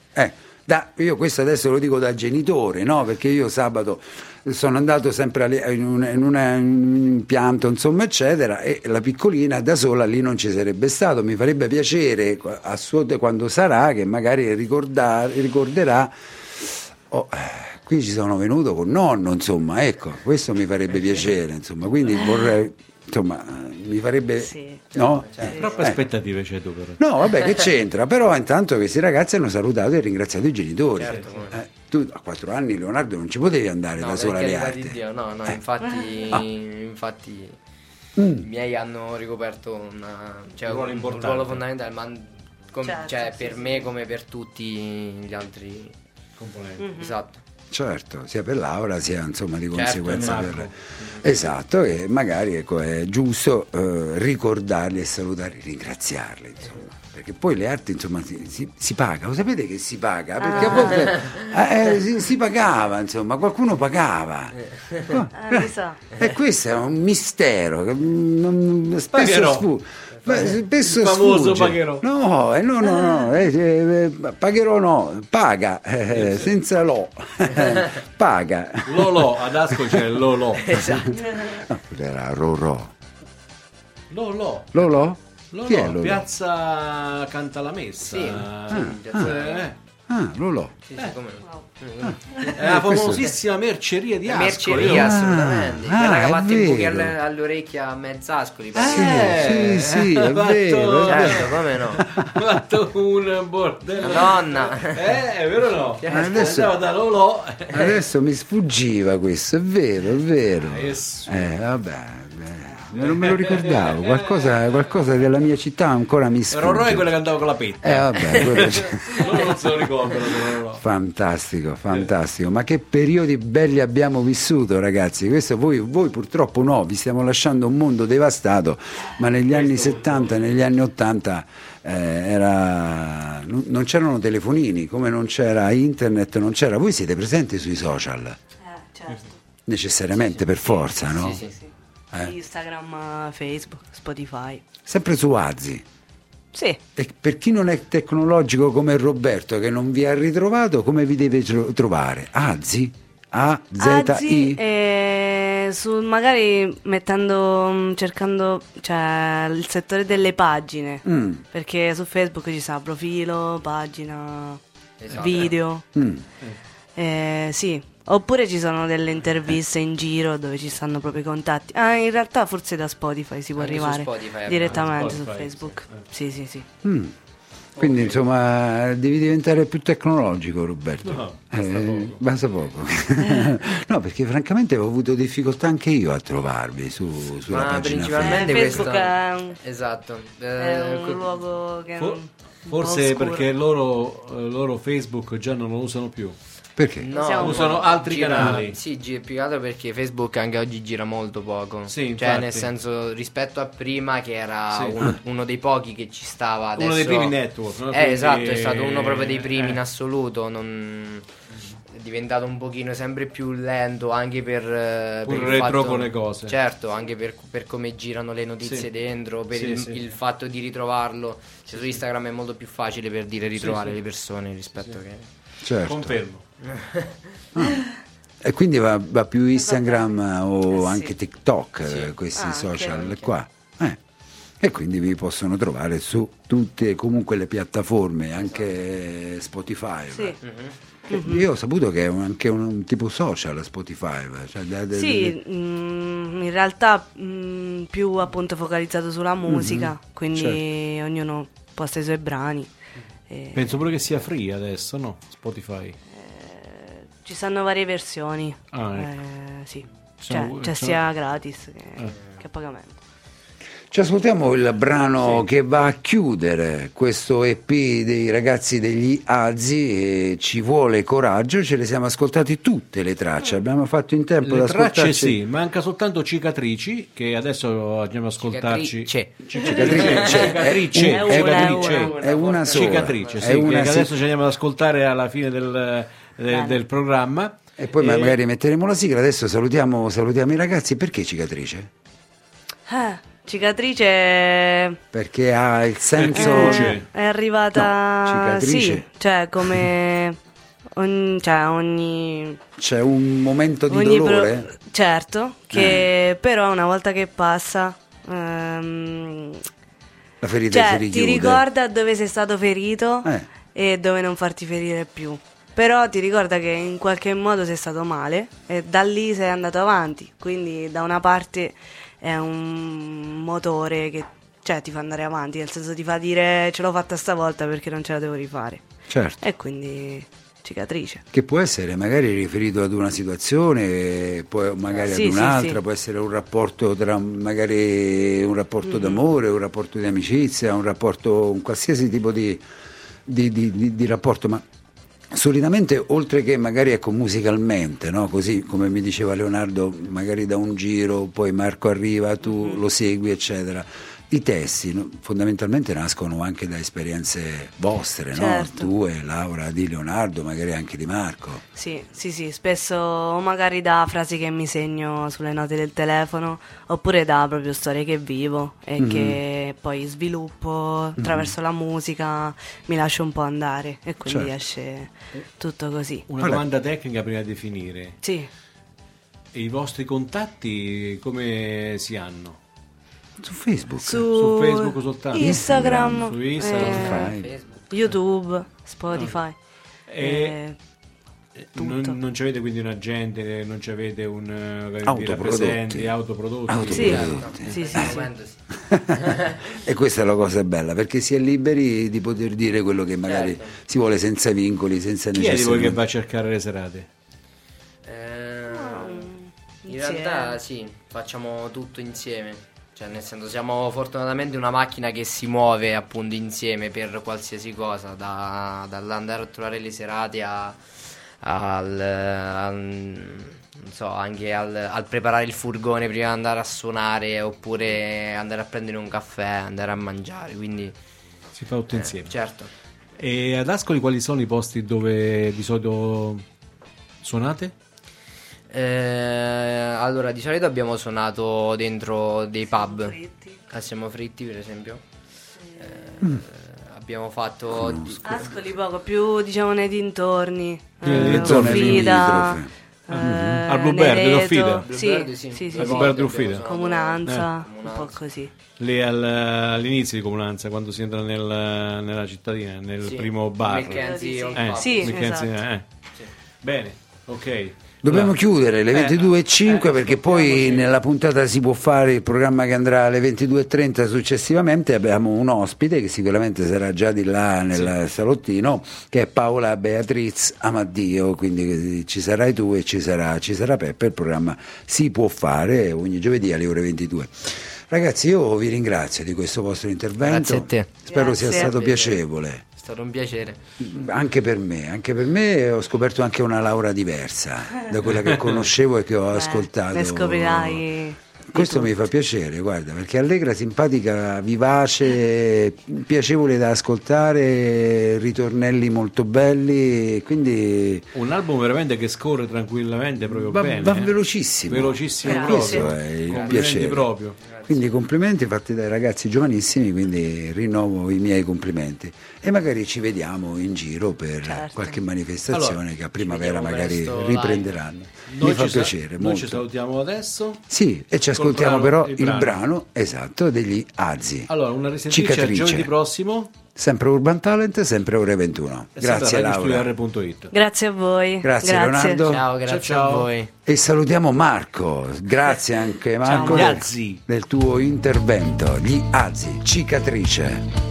Speaker 3: io questo adesso lo dico da genitore, no? Perché io sabato sono andato sempre in un impianto, insomma, eccetera, e la piccolina da sola lì non ci sarebbe stato. Mi farebbe piacere a suo quando sarà che magari ricorderà. Qui ci sono venuto con nonno, insomma, ecco, questo mi farebbe piacere, insomma, quindi vorrei, insomma, mi farebbe,
Speaker 4: Sì.
Speaker 3: no?
Speaker 2: Troppe aspettative c'è tu però.
Speaker 3: No, vabbè, che c'entra, però intanto questi ragazzi hanno salutato e ringraziato i genitori.
Speaker 5: Certo, come no.
Speaker 3: Tu a 4 anni, Leonardo, non ci potevi andare
Speaker 5: No,
Speaker 3: da
Speaker 5: per
Speaker 3: sola alle
Speaker 5: carità
Speaker 3: arti.
Speaker 5: di Dio, no, infatti i miei hanno ricoperto un
Speaker 2: ruolo importante.
Speaker 5: ruolo fondamentale, ma
Speaker 4: Certo,
Speaker 5: per me come per tutti gli altri
Speaker 2: Componenti.
Speaker 5: Esatto.
Speaker 3: Certo, sia per Laura sia insomma di
Speaker 5: Certo,
Speaker 3: conseguenza
Speaker 2: Marco.
Speaker 3: per... Esatto, e magari ecco, è giusto ricordarli e salutarli, ringraziarli, insomma. Perché poi le arti, insomma, si paga, lo sapete che si paga? Perché a volte si pagava, insomma, qualcuno pagava.
Speaker 4: Mi sa.
Speaker 3: E questo è un mistero che spesso
Speaker 2: Pagherò.
Speaker 3: spesso
Speaker 2: Il famoso
Speaker 3: sfugge.
Speaker 2: pagherò.
Speaker 3: Pagherò no, paga, senza lo, paga.
Speaker 2: Lolo, ad Asco c'è Lolo.
Speaker 3: No, era Rorò.
Speaker 2: Lolo.
Speaker 3: Lolo? Chi è
Speaker 2: Lolo,
Speaker 3: Lolo?
Speaker 2: piazza Canta la Messa.
Speaker 5: Sì,
Speaker 3: Lolo.
Speaker 5: sì, come no.
Speaker 2: È la famosissima merceria di
Speaker 5: La
Speaker 2: Ascoli.
Speaker 5: merceria, assolutamente. Quella che
Speaker 3: è
Speaker 5: ha fatto i buchi
Speaker 3: vero.
Speaker 5: alle orecchie a Mezzascoli.
Speaker 3: Sì, è
Speaker 2: fatto-
Speaker 3: vero.
Speaker 5: Certo, come no.
Speaker 2: Ha fatto un bordello.
Speaker 5: Madonna.
Speaker 2: È vero o no?
Speaker 3: Adesso-
Speaker 2: Andava da Lolo.
Speaker 3: Adesso mi sfuggiva questo, è vero, è vero.
Speaker 2: Adesso.
Speaker 3: Vabbè, non me lo ricordavo, qualcosa della mia città ancora mi sfugge.
Speaker 2: Rorò è quella che andava con la petta.
Speaker 3: Vabbè,
Speaker 2: Loro non se lo ricordano. Rorò.
Speaker 3: Fantastico, ma che periodi belli abbiamo vissuto, ragazzi. Questo voi purtroppo no, vi stiamo lasciando un mondo devastato, ma negli anni 70, negli anni 80 non c'erano telefonini, come non c'era internet, non c'era. Voi siete presenti sui social?
Speaker 4: Certo.
Speaker 3: Necessariamente, per forza, no?
Speaker 5: Sì.
Speaker 4: Instagram, Facebook, Spotify.
Speaker 3: Sempre su Azzi.
Speaker 4: Sì.
Speaker 3: E per chi non è tecnologico come Roberto, che non vi ha ritrovato, come vi deve trovare? Azzi? A-Z-I?
Speaker 4: Magari cercando il settore delle pagine, perché su Facebook ci sta profilo, pagina, video. Sì. Oppure ci sono delle interviste in giro dove ci stanno proprio i contatti. In realtà forse da Spotify si può
Speaker 5: Anche su
Speaker 4: arrivare
Speaker 5: Spotify,
Speaker 4: direttamente su
Speaker 2: Spotify,
Speaker 4: Facebook. Sì.
Speaker 3: Quindi insomma devi diventare più tecnologico, Roberto.
Speaker 2: No,
Speaker 3: basta poco. No, perché francamente ho avuto difficoltà anche io a trovarvi sulla
Speaker 5: Ma
Speaker 3: pagina
Speaker 5: principalmente
Speaker 3: Facebook.
Speaker 4: Facebook
Speaker 5: questo esatto.
Speaker 4: è un luogo che
Speaker 2: Forse perché loro Facebook già non lo usano più.
Speaker 3: Perché?
Speaker 5: No,
Speaker 2: usano altri canali.
Speaker 5: Sì, più che altro perché Facebook anche oggi gira molto poco.
Speaker 2: Sì, infatti.
Speaker 5: Cioè, nel senso, rispetto a prima, che era
Speaker 2: Sì.
Speaker 5: uno dei pochi che ci stava. Adesso...
Speaker 2: Uno dei primi network, no?
Speaker 5: Esatto, è stato uno proprio dei primi in assoluto. È diventato un pochino sempre più lento anche per
Speaker 2: Pure
Speaker 5: il
Speaker 2: retro
Speaker 5: fatto,
Speaker 2: con le cose.
Speaker 5: Certo, anche per come girano le notizie
Speaker 2: Sì.
Speaker 5: dentro, per
Speaker 2: Sì,
Speaker 5: il fatto di ritrovarlo. Cioè, su Instagram è molto più facile per dire ritrovare le persone rispetto che...
Speaker 3: Certo.
Speaker 2: Confermo.
Speaker 3: E quindi va più Instagram o
Speaker 4: Sì.
Speaker 3: anche TikTok,
Speaker 5: Sì.
Speaker 3: questi
Speaker 4: Anche,
Speaker 3: social
Speaker 4: anche.
Speaker 3: qua. E quindi vi possono trovare su tutte comunque le piattaforme, anche Spotify.
Speaker 4: Sì.
Speaker 3: Io ho saputo che è anche un tipo social Spotify. Cioè
Speaker 4: Sì, in realtà più appunto focalizzato sulla musica, quindi ognuno posta i suoi brani.
Speaker 2: Penso pure che sia free adesso, no? Spotify.
Speaker 4: Ci stanno varie versioni.
Speaker 2: Ah, ecco.
Speaker 4: Sì.
Speaker 2: Sono-
Speaker 4: C'è
Speaker 2: sono-
Speaker 4: sia gratis che a pagamento.
Speaker 3: Ci ascoltiamo il brano che va a chiudere questo EP dei ragazzi degli Azzi, e Ci vuole coraggio. Ce le siamo ascoltati tutte le tracce, abbiamo fatto in tempo
Speaker 2: Le
Speaker 3: ad
Speaker 2: tracce
Speaker 3: ascoltarci.
Speaker 2: sì, manca soltanto Cicatrici, che adesso andiamo ad ascoltarci.
Speaker 5: Cicatrice.
Speaker 3: È una sola.
Speaker 2: Cicatrice, sì,
Speaker 3: È una
Speaker 2: che
Speaker 3: sì.
Speaker 2: adesso ci andiamo ad ascoltare alla fine del programma.
Speaker 3: E poi magari metteremo la sigla. Adesso salutiamo i ragazzi. Perché cicatrice?
Speaker 4: Cicatrice
Speaker 3: Perché ha il senso.
Speaker 2: Croce.
Speaker 4: è arrivata,
Speaker 3: No, cicatrice.
Speaker 4: sì, cioè come ogni
Speaker 3: C'è un momento di
Speaker 4: ogni
Speaker 3: dolore.
Speaker 4: certo, che però una volta che passa
Speaker 3: La ferita
Speaker 4: cioè,
Speaker 3: si
Speaker 4: ti
Speaker 3: richiude.
Speaker 4: ricorda dove sei stato ferito
Speaker 3: Eh.
Speaker 4: e dove non farti ferire più. Però ti ricorda che in qualche modo sei stato male e da lì sei andato avanti. Quindi da una parte è un motore che ti fa andare avanti, nel senso ti fa dire ce l'ho fatta stavolta perché non ce la devo rifare.
Speaker 3: Certo.
Speaker 4: E quindi cicatrice.
Speaker 3: Che può essere magari riferito ad una situazione, poi magari
Speaker 4: Sì,
Speaker 3: ad
Speaker 4: sì,
Speaker 3: un'altra,
Speaker 4: sì.
Speaker 3: può essere un rapporto tra magari un rapporto d'amore, un rapporto di amicizia, un qualsiasi tipo di rapporto, ma solitamente oltre che magari musicalmente, no? Così come mi diceva Leonardo, magari da un giro, poi Marco arriva, tu lo segui, eccetera. I testi fondamentalmente nascono anche da esperienze vostre,
Speaker 4: Certo.
Speaker 3: no? Tue, Laura, di Leonardo, magari anche di Marco.
Speaker 4: Sì, spesso o magari da frasi che mi segno sulle note del telefono, oppure da proprio storie che vivo e che poi sviluppo attraverso la musica, mi lascio un po' andare e quindi
Speaker 3: Certo.
Speaker 4: esce tutto così.
Speaker 2: Una domanda tecnica prima di finire.
Speaker 4: Sì,
Speaker 2: E i vostri contatti come si hanno?
Speaker 3: Su Facebook.
Speaker 2: Su Facebook soltanto?
Speaker 4: Instagram,
Speaker 2: Su Instagram.
Speaker 3: Spotify.
Speaker 4: YouTube, Spotify.
Speaker 2: E
Speaker 4: tutto.
Speaker 2: non ci avete quindi un agente, non ci avete un
Speaker 3: Autoprodotti.
Speaker 2: rappresenti, autoprodotti?
Speaker 4: Sì,
Speaker 3: Autoprodotti.
Speaker 4: sì.
Speaker 5: Al momento sì.
Speaker 3: E questa è la cosa bella, perché si è liberi di poter dire quello che magari
Speaker 5: Certo.
Speaker 3: si vuole, senza vincoli, senza
Speaker 2: Chi è di
Speaker 3: necessità.
Speaker 2: voi che va a cercare le serate?
Speaker 5: In
Speaker 4: insieme.
Speaker 5: realtà sì, facciamo tutto insieme. Cioè, nel senso, siamo fortunatamente una macchina che si muove appunto insieme per qualsiasi cosa, dall'andare a trovare le serate non so, anche al preparare il furgone prima di andare a suonare, oppure andare a prendere un caffè, andare a mangiare, quindi
Speaker 2: si fa tutto insieme.
Speaker 5: Certo.
Speaker 2: E ad Ascoli quali sono i posti dove di solito suonate?
Speaker 5: Allora, di solito abbiamo suonato dentro dei pub. Siamo Fritti, per esempio. Abbiamo fatto
Speaker 4: Ascoli poco, più diciamo nei dintorni.
Speaker 3: zone
Speaker 4: Fida.
Speaker 2: Al Bluebird d'Offida?
Speaker 4: Sì.
Speaker 2: Al Bluebird d'Offida?
Speaker 4: Comunanza, un po' così.
Speaker 2: Lì all'inizio di Comunanza, quando si entra nella cittadina, nel primo bar.
Speaker 5: Mackenzie Old Pub.
Speaker 4: Sì,
Speaker 2: Mackenzie,
Speaker 4: esatto.
Speaker 2: Bene, ok.
Speaker 3: Dobbiamo chiudere le 22.05 perché poi nella puntata si può fare il programma che andrà alle 22.30 successivamente. Abbiamo un ospite che sicuramente sarà già di là nel salottino, che è Paola Beatriz Amaddio, quindi ci sarai tu e ci sarà Peppe. Il programma si può fare ogni giovedì alle ore 22. Ragazzi, io vi ringrazio di questo vostro intervento.
Speaker 5: Grazie a te.
Speaker 3: Spero
Speaker 4: Grazie.
Speaker 3: sia stato piacevole.
Speaker 5: È stato un piacere.
Speaker 3: Anche per me ho scoperto anche una Laura diversa da quella che conoscevo e che ho ascoltato.
Speaker 4: Ne scoprirai.
Speaker 3: Questo mi fa piacere, guarda, perché allegra, simpatica, vivace, piacevole da ascoltare, ritornelli molto belli, quindi
Speaker 2: Un album veramente che scorre tranquillamente proprio
Speaker 3: va
Speaker 2: bene.
Speaker 3: velocissimo.
Speaker 2: Velocissimo
Speaker 4: Grazie.
Speaker 2: proprio.
Speaker 3: Questo è il
Speaker 2: Complimenti
Speaker 3: piacere.
Speaker 2: proprio.
Speaker 3: Quindi complimenti fatti dai ragazzi giovanissimi, quindi rinnovo i miei complimenti e magari ci vediamo in giro per
Speaker 4: Certo.
Speaker 3: qualche manifestazione
Speaker 2: Allora,
Speaker 3: che a primavera
Speaker 5: vediamo
Speaker 3: magari
Speaker 5: presto
Speaker 3: riprenderanno.
Speaker 2: Noi
Speaker 3: Mi fa
Speaker 2: ci sa-
Speaker 3: piacere
Speaker 2: Noi ci
Speaker 3: molto.
Speaker 2: salutiamo adesso.
Speaker 3: Sì, e ci
Speaker 2: Col
Speaker 3: ascoltiamo
Speaker 2: brano,
Speaker 3: però
Speaker 2: il
Speaker 3: il brano esatto degli Azzi.
Speaker 2: Allora, una risentirci a
Speaker 3: Cicatrice.
Speaker 2: giovedì prossimo.
Speaker 3: Sempre Urban Talent, sempre ore 21.
Speaker 2: e
Speaker 3: Grazie
Speaker 2: sempre a
Speaker 3: Laura.
Speaker 2: radiostudio.it.
Speaker 4: Grazie a voi.
Speaker 3: Grazie, Leonardo.
Speaker 5: Ciao, grazie
Speaker 2: Ciao.
Speaker 5: a voi.
Speaker 3: E salutiamo Marco. Grazie anche Marco
Speaker 2: Gli
Speaker 3: del,
Speaker 2: Azzi.
Speaker 3: del tuo intervento. Gli Azzi, Cicatrice.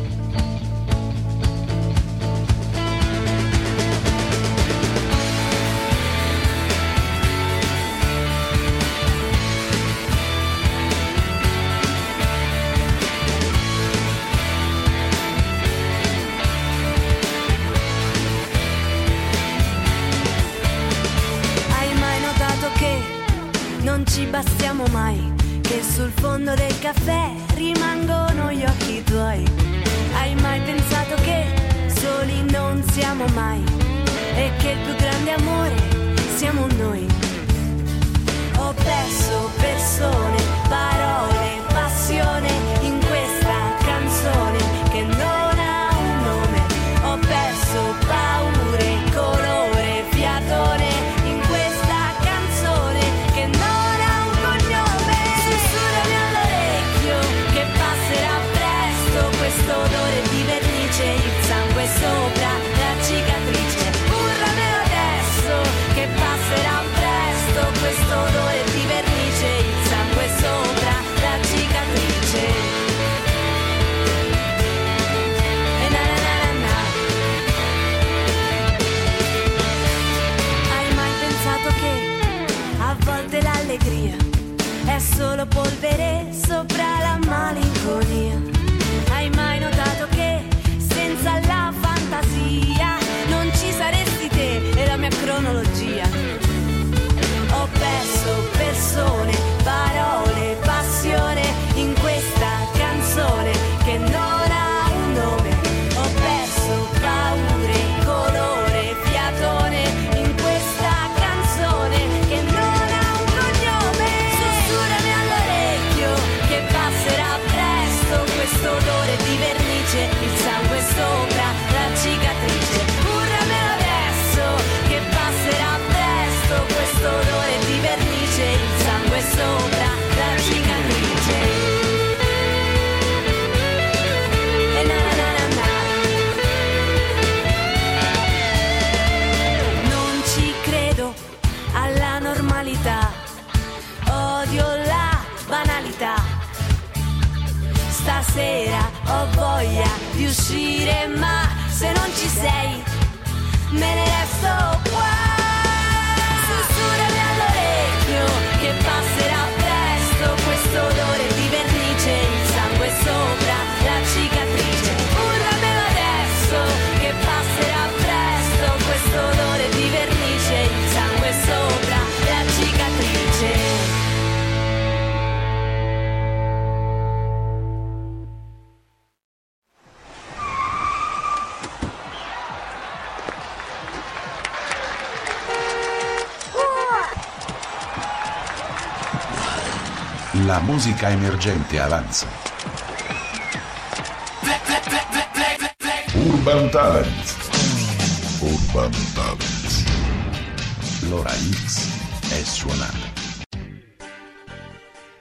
Speaker 7: Hai mai notato che non ci bastiamo mai? Che sul fondo del caffè rimangono gli occhi tuoi? Hai mai pensato che soli non siamo mai? E che il più grande amore siamo noi? Ho perso persone, parole, passione in questa canzone che non ha un nome. Ho perso paure, colore, fiatone in questa canzone che non ha un cognome. Sussurrami all'orecchio che passerà presto questo odore di vernice, il sangue sopra la cicatrice. Urlamelo adesso che passerà presto questo odore di vernice, il sangue sopra
Speaker 1: La musica emergente avanza. Urban Talent. Urban Talent. L'ora X è suonata.